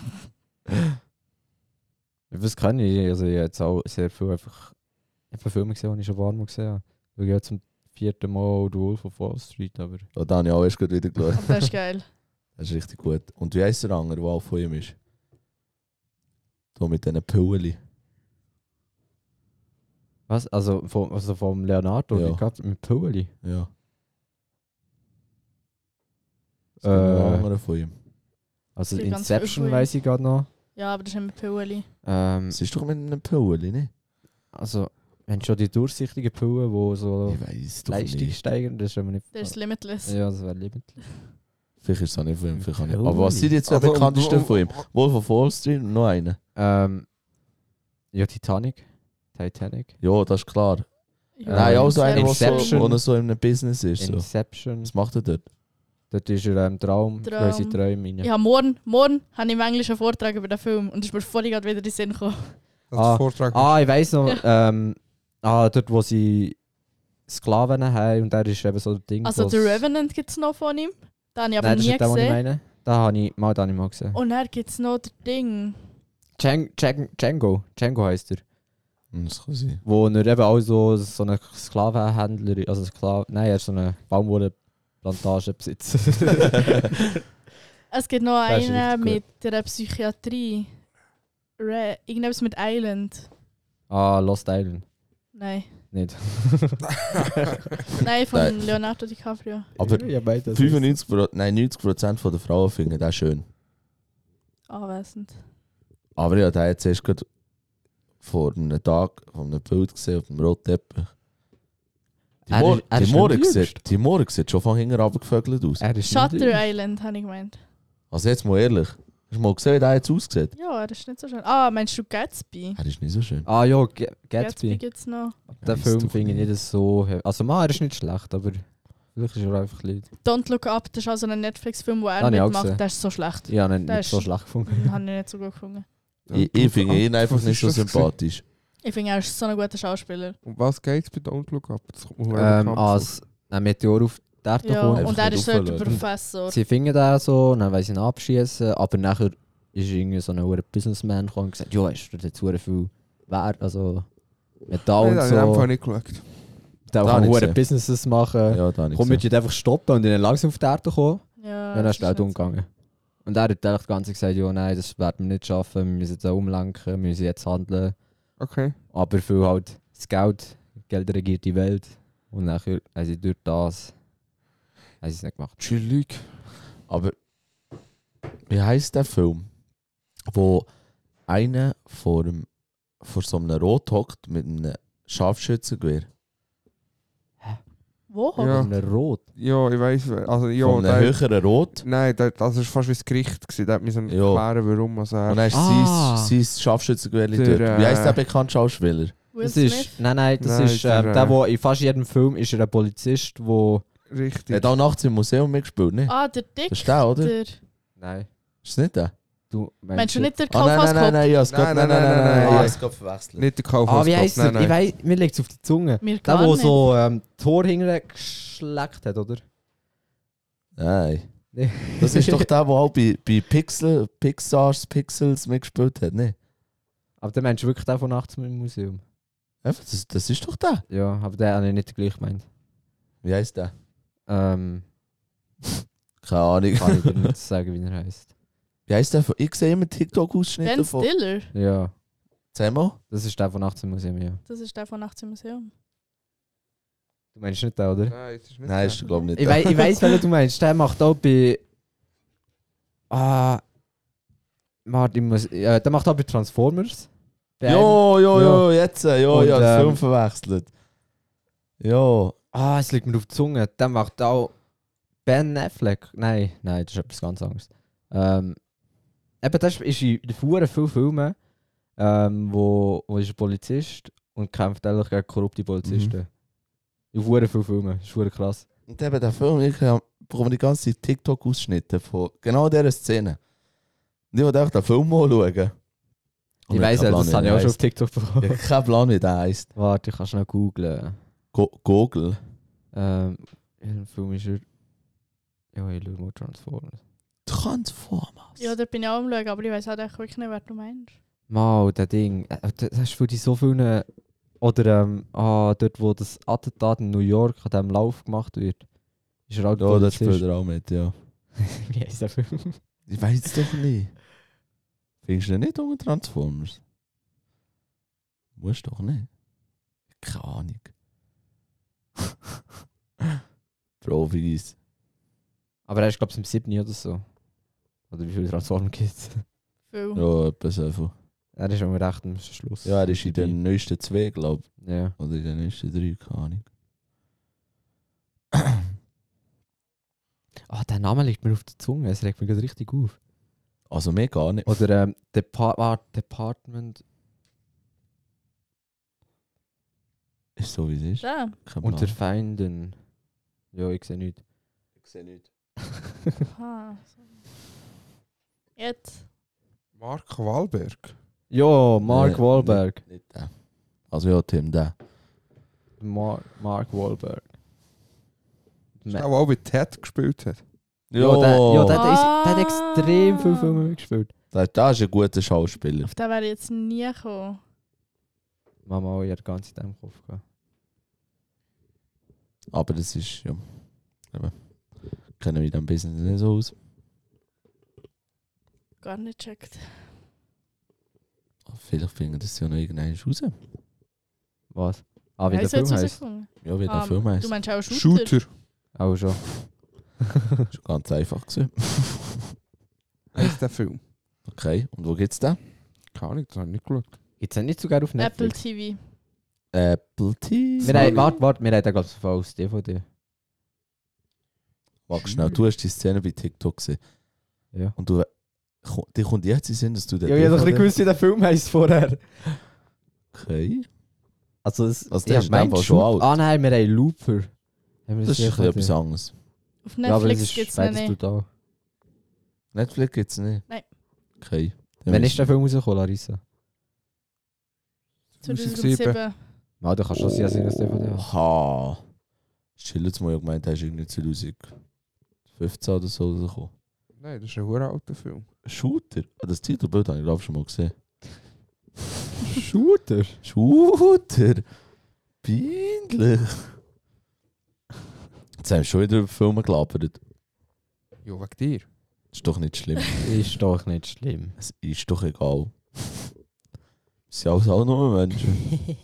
Was kann ich? Also ich habe jetzt auch sehr viel einfach... Ich habe Filme gesehen, die ich schon ein paar Mal gesehen habe. Ich schaue jetzt zum vierten Mal The Wolf of Wall Street, aber... Und dann habe ich auch erst gerade wieder geschaut. Aber das ist geil. Das ist richtig gut. Und wie heisst der andere, der auch von ihm ist? Da mit diesen Pillen. Was? Also vom, also vom Leonardo Ja. DiCaprio mit Pöli? Ja. Das ist der Äh, andere von ihm. Also Die ganz viel Inception von ihm. weiss ich gerade noch. Ja, aber das ist immer Pilli. Ähm, Es ist doch mit einem Pillen, ne? also, wenn schon die durchsichtigen Pillen, die so Ich weiß doch Leistung nicht. steigern, das ist aber nicht... Der ist Limitless. Ja, das wäre liebend. Vielleicht ist es auch nicht von ihm. Vielleicht auch nicht. Pillen. Aber was sind jetzt die Also, bekanntesten und- von ihm? Wolf of Wall Street und noch einen. Ähm, ja, Titanic. Titanic. Ja, das ist klar. Ja, Nein, auch so einer, der so, Inception. wo er so in einem Business ist. So. Inception. Was macht er dort? Dort ist er im Traum, Traum. weil sie Träume rein. Ich habe morgen, morgen habe ich im Englisch einen Vortrag über den Film und es ist mir vorhin gerade wieder in den Sinn gekommen. Das Ah. ist Vortrag. Ah, ich weiss noch, ähm, ah, dort wo sie Sklaven haben und der ist eben so ein Ding. Also wo's- The Revenant gibt es noch von ihm. Den habe ich aber Nein, das ist nie nicht der, den ich gesehen. meine. Da habe ich mal, den habe ich mal gesehen. Und dann gibt es noch das Ding. Django, Django, Django, Django heisst er. Hm, Das kann sein. Wo er eben auch so, so eine Sklavenhändler, also Sklaven, nein, er ist so eine Baumwollenplantage besitzt. Es gibt noch Das ist einen richtig mit der Psychiatrie. Re Irgendetwas mit Island. ah, Lost Island. Nein. Nicht. Nein, von Nein. Leonardo DiCaprio. Aber ja, beide, das fünfundneunzig Prozent, nein, neunzig Prozent der Frauen finden das schön. Anwesend. Aber ja, der hat zuerst gerade vor einem Tag von einem Bild gesehen auf dem roten Teppich. Die, Er Mor ist- er die, ist Morgen nicht sieht, jüngst. die Morgen sieht schon von hinten runtergevögelt aus. Er ist Shutter nicht- Island habe ich gemeint. Also jetzt mal ehrlich, Hast du mal gesehen, wie der jetzt aussieht? Ja, er ist nicht so schön. Ah, meinst du Gatsby? Er ist nicht so schön. Ah ja, G- Gatsby Gatsby. gibt's noch. Den Weiss Film doch finde ich nicht. nicht so... he- Also man, er ist nicht schlecht, aber vielleicht ist er einfach ein bisschen... Don't Look Up, das ist also ein Netflix-Film, wo er Habe ich auch mitmacht. gesehen. Der ist so schlecht. Ich habe ihn Der nicht so ist- schlecht gefunden. Den habe ich nicht so gut gefunden. Ich, ich finde ihn Was einfach ist nicht so das gewesen? sympathisch. Ich finde, er ist so ein guter Schauspieler. Um was geht es bei Don't Look Up? Das kommt mir Ähm, bekannt vor. als ein Meteor auf die Erde Ja, kommt. Einfach und er nicht ist dort der aufhören. Professor. Sie finden den so, dann wollen sie ihn abschießen, aber nachher ist irgendwie so ein hoher Businessman gekommen und gesagt, ja, ist das jetzt sehr viel wert, also Metall Nein, und das habe ich einfach so. nicht geschaut. Da Da kann habe ich hohe gesehen. Businesses machen. Ja, da habe ich Komm, wir gesehen. einfach stoppen und dann langsam auf die Erde kommen. Ja, Dann das ist er ist auch nicht so. umgegangen. Und er hat eigentlich die ganze Zeit gesagt, ja, nein, das werden wir nicht schaffen, wir müssen jetzt auch umlenken, wir müssen jetzt handeln. Okay. Aber für halt das Geld, Geld regiert die Welt. Und nachher haben sie durch das haben sie es nicht gemacht. Chillig. Aber wie heisst der Film, wo einer vor, dem, vor so einem Rot hockt mit einem Scharfschützengewehr? Wo? Ja. Und ein Rot. Ja, ich weiss. Also, ja, Von einem der, höheren Rot. nein, der, das war fast wie das Gericht. Gewesen. Der hat mir so Ja. erklären, warum also er... Und dann ist Ah. sein, sein Scharfschützengewehr Der, dort. Wie heisst der äh, bekannte Schauspieler? Will Das Smith? ist, nein, nein, das Nein, ist der, ähm, äh, der, wo in fast jedem Film ist er ein Polizist, wo... Richtig. Der hat auch nachts im Museum mitgespielt, ne? Ah, der Dick. Das ist der, oder? Der, Nein. Ist das nicht der? Du meinst du nicht der Ah, nein, nein, nein, Kaufhauskopf? nein, ja, es Nein, geht- nein, nein, nein, nein, Ah, nein. es geht verwechselt. Nicht der Kaufhaus. Ah, wie heisst er? nein, Ich nein. weiss, mir liegt es auf die Zunge. Mir Der, gar der nicht. so ähm, Tor hinterher geschleckt hat, oder? Nein. Nee. Das ist doch der, der auch bei, bei Pixel, Pixars, Pixels mitgespielt hat, ne? Aber der Mensch wirklich der von nachts im Museum. Einfach, das, das ist doch der. Ja, aber der habe ich nicht gleich gemeint. Wie heisst der? Ähm, Keine Ahnung. kann ich dir nicht sagen, wie er heisst. Wie heisst der? von- Ich sehe immer TikTok-Ausschnitte Ben von. Stiller. Ja, Zehnmal? das ist der von nachts im Museum, ja. Das ist der von Nachts im Museum. Du meinst nicht den, oder? Nein, es ist nicht Nein, der. ist glaube ich nicht. Ich, der. wei ich weiss, welchen du meinst. Der macht auch bei. Ah. Martin muss. Ja, der macht auch bei Transformers. Bei einem- Jo, jo, jo, jetzt. äh, Jo, Und, ja, den ähm, Film verwechselt. Jo. Ah, es liegt mir auf der Zunge. Der macht auch. Ben Affleck. Nein, nein, das ist etwas ganz anderes. Ähm, eben, das ist in vielen vielen Filmen, ähm, wo, wo ist ein Polizist und kämpft eigentlich gegen korrupte Polizisten. In vielen vielen Filmen. Das ist verdammt krass. Und eben der Film, ich äh, bekomme die ganze Zeit TikTok-Ausschnitte von genau dieser Szene. Und ich wollte auch den Film mal schauen. Und Ich weiss hab ja, keinen das Plan, habe ich auch wie schon auf der TikTok heisst. bekommen. Ich habe keinen Plan, wie der heisst. Warte, ich kann schnell googlen. Go Google. Ähm, in welchem Film ist er? Ja, ich schaue mal Transformers. Transformers. Ja, da bin ich auch am Schauen, aber ich weiß halt echt wirklich nicht, wer du meinst. Mal, das Ding. Äh, Das das ist für die so viele. Oder ähm, ah, dort, wo das Attentat in New York an diesem Lauf gemacht wird. Ist er auch der Ja, das Polizist. spielt er auch mit, ja. Wie heisst der Film? Ich weiß es doch nicht. Findest du den nicht unter Transformers? Musst doch nicht. Keine Ahnung. Profis. Aber er ist, glaube ich, im siebten oder so. Oder wie viele Transformers gibt es? Viel. Ja, etwas einfach. Er ist am recht am Schluss. Ja, er ist in den neuesten zwei, glaube ich. Ja. Oder in den neuesten drei, keine Ahnung. Ah, der Name liegt mir auf der Zunge. Es regt mich gerade richtig auf. Also mir gar nicht. Oder ähm, Depart ah, Department Ist so, wie es ist. Ja. Kein unter Plan. Feinden. Ja, ich sehe nichts. Ich sehe nicht. Aha. so. Jetzt. Mark Wahlberg. Ja, Mark Nee, Wahlberg. Nicht, nicht der. Also ja, Tim, der. Mar Mark Wahlberg. Der Ma- auch bei Ted gespielt hat. Ja, der, ja, der, der, ist, Ah. der hat extrem viele Filme mitgespielt. der, der ist ein guter Schauspieler. Auf den wäre ich jetzt nie gekommen. Mama, ich hatte die ganze Zeit im Kopf gehabt. Aber das ist, ja. Eben. Kennen wir in diesem Business nicht so aus. Gar nicht checkt. Vielleicht finden das ja noch irgendwann raus. Was? Ah, wie der Weiss Film jetzt heisst? rausgefunden? Ja, wie der Ah, Film heisst. Du meinst auch Shooter? Shooter. Auch schon. Schon ganz einfach gewesen. Heißt der Film? Okay, und wo gibt's den? Keine Ahnung, das habe ich nicht geschaut. Gibt es nicht sogar auf Apple Netflix? T V. Apple T V. Wir haben, warte, warte, wir haben den, glaube ich, als D V D. Warte schnell, du hast die Szene bei TikTok gesehen. Ja. Und du Ko- Die kommt jetzt in den Sinn, dass du den Ja, ich habe doch D V D nicht gewusst, wie der Film heisst vorher. Okay. Also, das, Also der ist in dem Fall schon alt. Ah nein, wir haben Looper. Haben wir Das ist sicher ein bisschen etwas anderes. Auf Ja, aber das Netflix ist gibt es noch beides nicht. da. Netflix gibt es nicht? Nein. Okay. Dann Wann ist- ist der Film rausgekommen, Larissa? zweitausendsieben. Ja, du kannst schon sehen, dass ich das D V D habe. Oha. Chill jetzt mal, ich gemeint, der ist irgendwie zweitausendfünfzehn oder so rausgekommen. Nein, das ist ein verdammt alter Film. Shooter? Ah, das Titelbild habe ich glaube schon mal gesehen. Shooter? Shooter? Peinlich. Jetzt haben wir schon wieder über Filme gelabert. Ja, wegen dir. Das ist doch nicht schlimm. Ist doch nicht schlimm. Es ist doch egal. Es sind alles auch nur Menschen.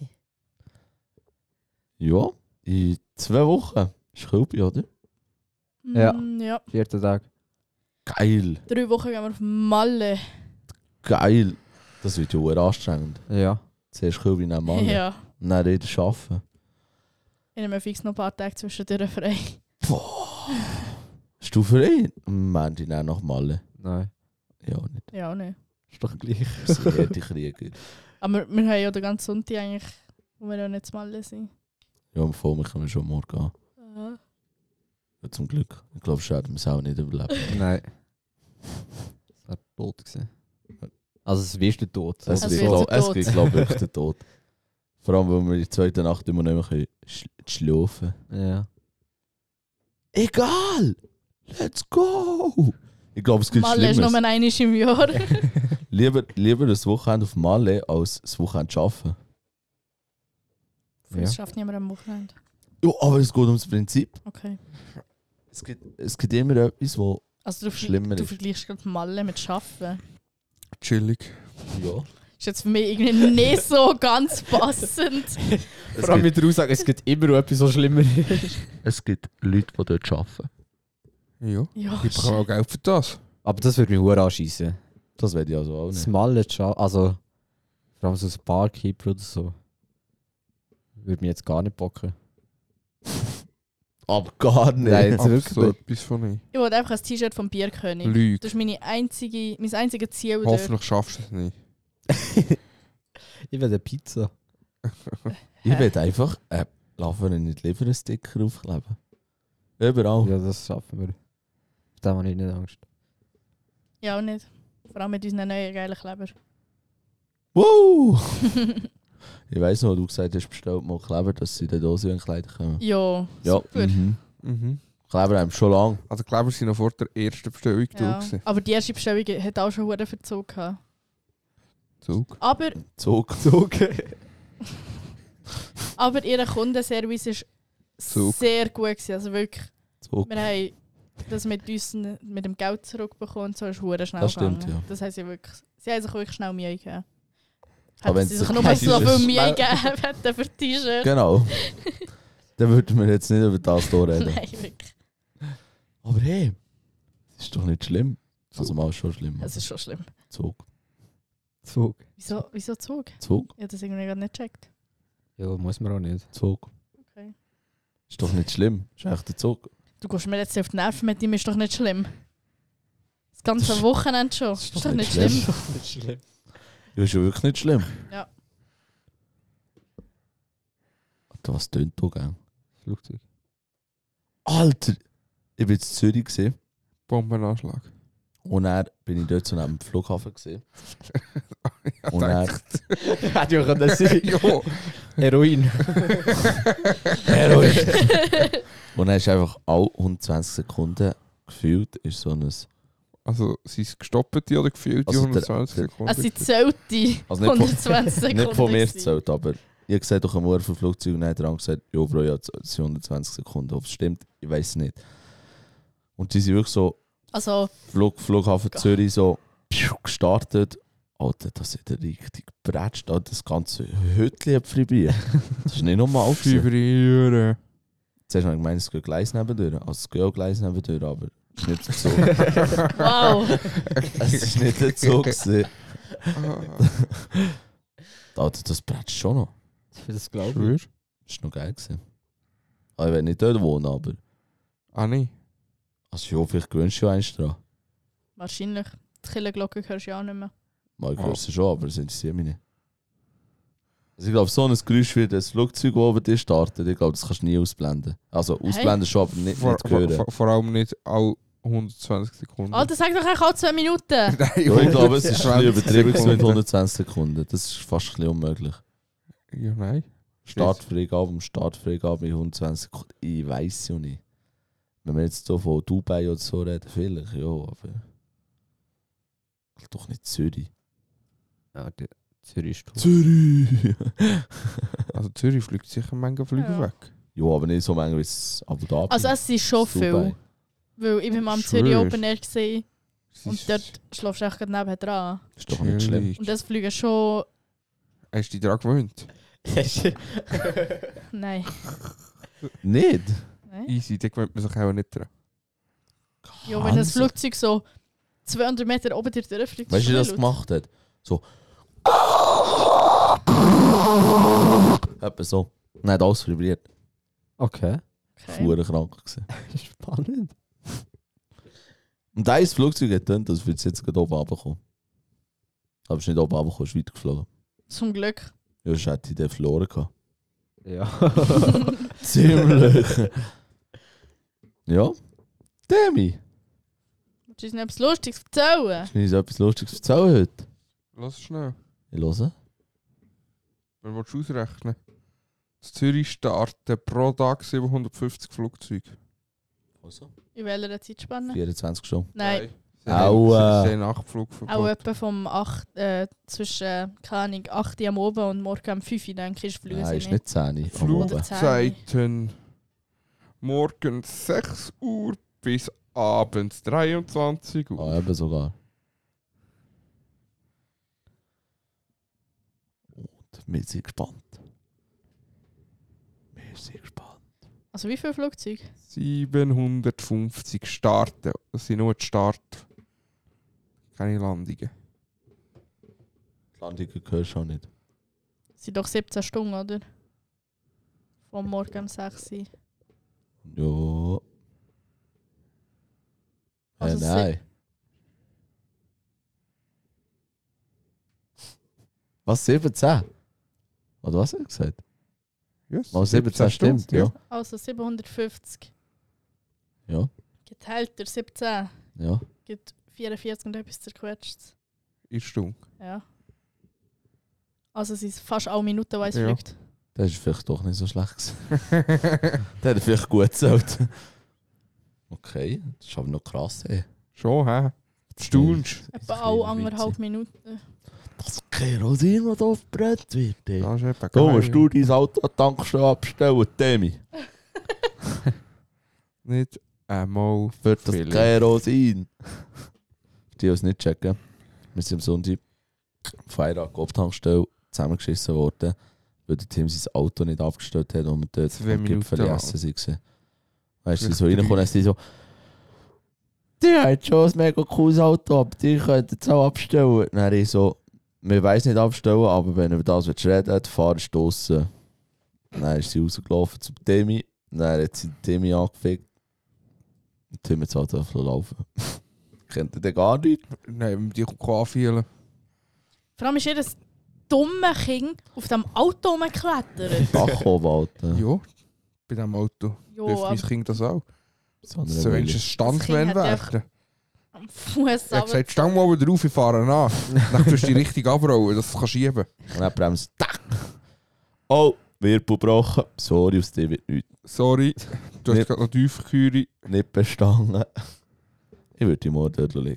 Ja, in zwei Wochen ist Kilby, oder? Ja. Mm, ja. Vierter Tag. Geil, Drei Wochen gehen wir auf Malle. geil. Das wird ja auch anstrengend. Ja. Zuerst Kilby, dann Malle. Ja. Und dann wieder arbeiten. Ich nehme fix noch ein paar Tage zwischendurch frei. Boah. Hast du frei? Am Montag dann nach Malle? Nein. Ja, nicht. Ja, auch nicht. Ist doch gleich. Das sind eher die Krieger. Aber wir haben ja den ganzen Sonntag eigentlich, wo wir ja nicht zu Malle sind. Ja, am Vormittag können wir schon morgen gehen. Aha. Ja, zum Glück. Ich glaube, schon hätten wir es auch nicht überlebt. Nein. Es war tot gewesen. Also es wirst du tot. Es Es gibt, wird glaub, der es Tod. gibt glaube ich, wirklich den Tod. Vor allem, weil wir in der zweiten Nacht immer nicht mehr können sch schlafen können. Ja. Egal! Let's go! Ich glaube, es gibt Malle ist nur Schlimmeres. einmal im Jahr. Lieber, lieber das Wochenende auf Malle, als das Wochenende arbeiten. Ja. Das schafft niemand am Wochenende. Ja, aber es geht ums Prinzip. Okay. Es gibt, es gibt immer etwas, wo... Also du, Schlimmer du ist. vergleichst gerade Malle mit Schaffen. Chillig. Ja. Ist jetzt für mich irgendwie nicht so ganz passend. Es Vor allem gibt, mit der Aussage, es gibt immer etwas, was schlimmer ist. es gibt Leute, die dort arbeiten. Ja. Ja, Die bekommen auch Geld für das. Aber das würde mich hure anschießen. Das werde ich also auch Das nicht. Malle, also vor allem so ein Barkeeper oder so, würde mich jetzt gar nicht bocken. Aber gar nicht. Nein, jetzt Aber wirklich so nicht. etwas von ich. ich wollte einfach ein T-Shirt vom Bierkönig. Lüge. Das ist meine einzige, mein einziges Ziel dort. Hoffentlich schaffst du es nicht. Ich will eine Pizza. Ich werde einfach äh, laufen nicht lieber einen Sticker aufkleben. Überall. Ja, das schaffen wir. Da habe ich nicht Angst. Ja, auch nicht. Vor allem mit unseren neuen geilen Kleber. Wow! Ich weiss noch, du gesagt hast, bestellt mal Kleber, dass sie in der Dose in Kleider kommen. Ja, Ja, super. mhm. Mhm. Kleber haben wir schon lange. Also Kleber sind noch vor der ersten Bestellung da Ja. gewesen. Aber die erste Bestellung hat auch schon einen Verzug gehabt. Zug. Aber, Zug. aber ihr Kundenservice war Zug. sehr gut gewesen. Also wirklich, Zug. wir haben das mit uns mit dem Geld zurückbekommen und so ist hure schnell Das stimmt, gegangen. ja. Das haben sie wirklich, sie haben sich wirklich schnell Mühe gegeben. Aber Hätten wenn sie sie sich sich nur so T-Shirts viel Mühe schnell- gegeben hätten für T-Shirts. Genau. Dann würden wir jetzt nicht über das hier reden. Nein, wirklich. Aber hey, das ist doch nicht schlimm. Also mal schon schlimm. Es ist schon schlimm. Zug. Zug. Wieso, wieso Zug? Zug. Ich habe das irgendwie gar nicht gecheckt. Ja, muss man auch nicht. Zug. Okay. Ist doch nicht schlimm. Ist echt der Zug. Du gehst mir jetzt auf die Nerven mit ihm, ist doch nicht schlimm. Das ganze Das ist- Wochenende schon. das Ist doch nicht schlimm. Nicht schlimm. Ja, ist ja wirklich nicht schlimm. Ja. Alter, was tönt da, gell? Flugzeug. Alter! Ich war in Zürich gewesen, Bombenanschlag. und dann bin ich dort so neben dem Flughafen gewesen. Ja, Und dann, Hätte ja können sein. ja. Heroin. Heroin. Und dann ist einfach alle hundertzwanzig Sekunden gefühlt, ist so ein... Also sind es gestoppte oder gefehlte Also der- hundertzwanzig der- Sekunden? Es sind zählte Also nicht von, hundertzwanzig Sekunden. nicht von mir gewesen. gezählt, aber ich habe gesagt, durch ein vom Flugzeug und dann hat er gesagt, ja Bro, ja, es sind hundertzwanzig Sekunden. Ob es stimmt, ich weiß es nicht. Und die sind wirklich so, Also, Flug, Flughafen Zürich so pfiuh, gestartet. Alter, das hat er richtig gebretscht. Alter, das ganze Hütchen hat vibriert. Das ist nicht normal gewesen. Vibrieren. Zuerst habe ich gemeint, es geht Gleis nebendurch. Also es geht auch Gleis nebendurch, aber es ist nicht so. wow. Es ist nicht so gewesen. Ah, Alter, das bretscht schon noch. Das glaube ich. schwör? Das war noch geil gewesen. Aber ich will nicht dort wohnen, aber... Ah, nein. Also ja, vielleicht gewöhnst du ja eins dran. Wahrscheinlich. die Kirchenglocke hörst du ja auch nicht mehr. Mal hörst du schon, aber das interessiert mich nicht. Also ich glaube, so ein Geräusch wie das Flugzeug, das oben dir startet, ich glaube, das kannst du nie ausblenden. Also ausblenden schon, aber nicht, Vor, nicht vor, hören. vor, vor allem nicht alle hundertzwanzig Sekunden. Alter, sag doch eigentlich auch zwei Minuten. Nein, Ja, ich glaube, es ist ein bisschen übertrieben mit Sekunden. hundertzwanzig Sekunden. Das ist fast ein bisschen unmöglich. Ja, nein. Startfreigabe um Startfreigabe mit hundertzwanzig Sekunden. Ich weiß es ja nicht. Wenn wir jetzt so von Dubai oder so reden, vielleicht, ja, aber doch nicht Zürich. Ja, die Zürich ist tot. Zürich! Also Zürich fliegt sicher manche Flüge Ja. weg. Ja, aber nicht so manchmal wie es Abu Dhabi. Also es sind schon Dubai. viel. Weil ich bin mal am Schwörst. Zürich Open Air gesehen Es und ist dort schläfst du echt gerade neben dran. ist doch nicht schlimm. chillig. Und das fliegen schon... Hast du dich daran gewöhnt? Nein. Nicht? Nein. Easy, da gewöhnt man sich auch nicht dran. Ja, wenn das Flugzeug so zweihundert Meter oben dir durchfliegt. Weißt du, wie ist das schon laut. gemacht hat? So. Etwa so. Nein, alles vibriert. Okay. Okay. Fuhr krank gewesen. Spannend. Und ein Flugzeug hat gedacht, dass wir jetzt gerade oben runterkommen. Aber es ist nicht oben runtergekommen, es ist weitergeflogen. Zum Glück. Ja, sonst hätte ich den verloren gehabt. Ja. Ziemlich. Ja. Demi. Willst du uns noch etwas Lustiges erzählen? Hast du uns etwas Lustiges erzählen heute? Lass es schnell. Ich höre. Wenn du ausrechnen in Zürich starten pro Tag siebenhundertfünfzig Flugzeuge. Also? In welcher Zeitspanne? vierundzwanzig schon. Nein, Sie Aua. haben- Sie haben Nachtflug auch verboten. etwa vom acht, äh, zwischen, keine Ahnung, acht Uhr am Oben und morgen um fünf Uhr, denke ich, fliegen Nein, sie ist nicht. nicht zehn am Oben. Flugzeiten morgen sechs Uhr bis abends dreiundzwanzig Uhr. Ah, eben sogar. Und wir sind gespannt. Wir sind gespannt. Also wie viele Flugzeuge? siebenhundertfünfzig starten. Das sind nur die Start. Keine Landungen. Die Landungen hörst du auch nicht. Das sind doch siebzehn Stunden, oder? Vom Morgen um sechs Uhr. Ja. Also äh, sie- nein. Was, siebzehn? Oder was hat er gesagt? Yes, Mal siebzehn stimmt, ja. Also siebenhundertfünfzig. Ja, Geteilt durch siebzehn ja. gibt vierundvierzig und etwas zerquetscht. In Stunde. Ja. Also es sind fast alle Minuten, die es Ja. fliegt. Das ist vielleicht doch nicht so schlecht gewesen. Der hat vielleicht gut gezählt. Okay, das ist aber noch krass, ey. Schon, hä? Du staunst. Etwa alle anderthalb Minuten. Das Kerosin, das hier verbrennt wird, ey. Das ist eben Du geil. musst du dein Auto an der Tankstelle abstellen, Demi. Nicht einmal Für das viel. Kerosin. Die, die es nicht checken, wir sind am Sonntag auf Feiertag Obtankstelle zusammengeschissen worden, weil der Tim sein Auto nicht abgestellt hat und wir dort Zwei am Gipfel Minuten essen waren. Weißt du, Vielleicht so reinkommen und sie so, die hat schon ein mega cooles Auto, aber die könnt es auch abstellen. Dann ich so, wir weiss nicht abstellen, aber wenn über das reden willst, fahr ich draussen. Dann ist sie rausgelaufen zum Demi, dann hat sie Demi angefickt. Und Tim hat es halt einfach laufen. Kennt ihr den gar nicht? Nein, die kann anfühlen. Vor allem ist jedes dumme Kind auf dem Auto rumgeklettert. Dach oben, Alter. Ja, bei diesem Auto. Jo, Dürfte mein aber Kind das auch. Sondern So weil ist ein ich- Standwellen Das Kind hat werden. am Fuß Er hat gesagt, stang mal wieder auf, ich fahre nach. Dann tust du die richtig abrollen, dass du kannst schieben. Und dann bremst tack. Oh, Wirbel gebrochen. Sorry, aus dir wird nichts. Sorry, du hast Nicht- gerade noch Tiefkühle. Nicht bestanden. Ich würde dich morgen dort legen.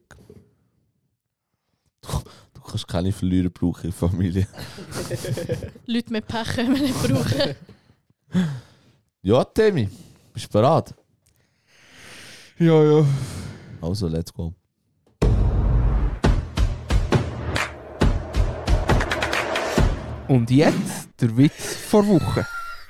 Du, du kannst keine Verlierer brauchen in der Familie. Leute mit Pech können wir nicht brauchen. Ja, Temi, bist du bereit? Ja, ja. Also, let's go. Und jetzt der Witz vor Woche.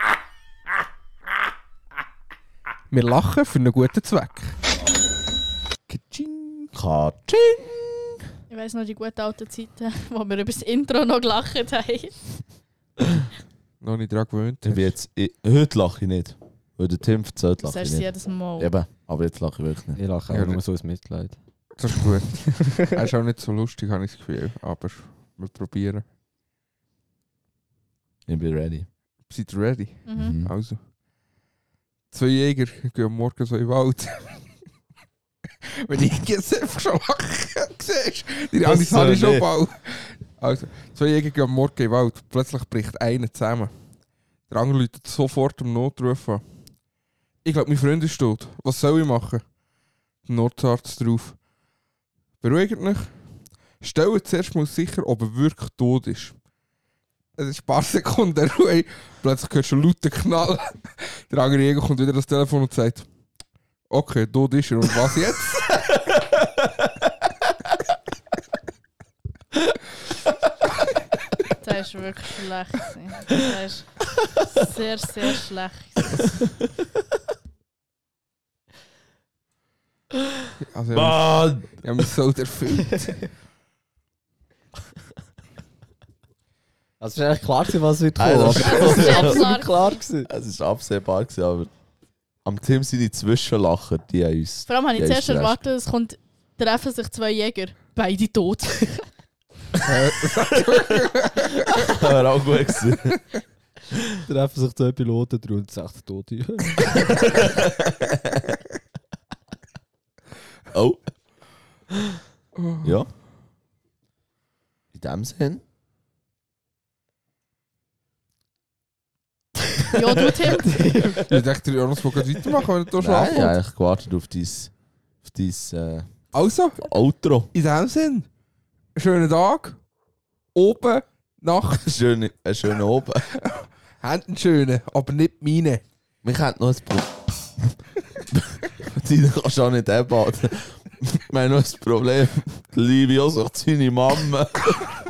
Wir lachen für einen guten Zweck. Katsching. Katsching. Ich weiss noch die guten alten Zeiten, wo wir über das Intro noch gelacht haben. Noch nicht daran gewöhnt. Ich bin jetzt, ich, heute lache ich nicht. Weil der Tim erzählt, Das lache ich sagst du nicht. jedes Mal. Eben, aber jetzt lache ich wirklich nicht. Ich lache Ja, auch nur nicht. so aus Mitleid. Das ist gut. Er ist auch nicht so lustig, habe ich das Gefühl. Aber wir probieren. Ich bin ready. Seid ihr ready? Mhm. Mhm. Also. Zwei Jäger gehen morgen so im Wald. Wenn ich jetzt einfach schon lache, siehst du? Die Anis soll habe ich schon nicht. bald. Also, zwei Jäger gehen morgen im Wald. Plötzlich bricht einer zusammen. Der andere läutet sofort im Notruf an. Ich glaube, mein Freund ist tot. Was soll ich machen? Der Notarzt drauf. Beruhigt euch. Stellt zuerst mal sicher, ob er wirklich tot ist. Es ist ein paar Sekunden Ruhe. Plötzlich hörst du einen lauten Knall. Der andere Jäger kommt wieder ans Telefon und sagt: Okay, tot ist er. Und was jetzt? Das ist wirklich schlecht. gewesen. Das ist sehr, sehr schlecht. gewesen. Also, ich habe Mann! mich- ich habe mich so erfüllt. Also, es war eigentlich klar, gewesen, was wird Nein, kommen. das aber- ist- Das ist sehr absolut klar. klar gewesen. Es war absehbar, gewesen, aber am Tim seine Zwischenlacher, die haben uns... Vor allem habe ich Ja, zuerst ist recht. erwartet, es kommt, treffen sich zwei Jäger. Beide tot. War auch gut gewesen. Treffen sich zwei Piloten drin und sagt Tote. Oh. Ja. In dem Sinn. Ja, du, Tim. Ich dachte, Jonas will gleich weitermachen, wenn er hier Nein, schlafen ich will. habe eigentlich gewartet auf dein, auf dein äh, Also, Outro. in dem Sinn, schönen Tag. Oben, Nacht, Schöne, einen schönen Oben. Händen schöne, aber nicht meine. Wir könnten noch ein Problem. Deine kannst du auch nicht abbaden. Wir haben noch ein Problem. Die Liebe auch sagt seine Mama.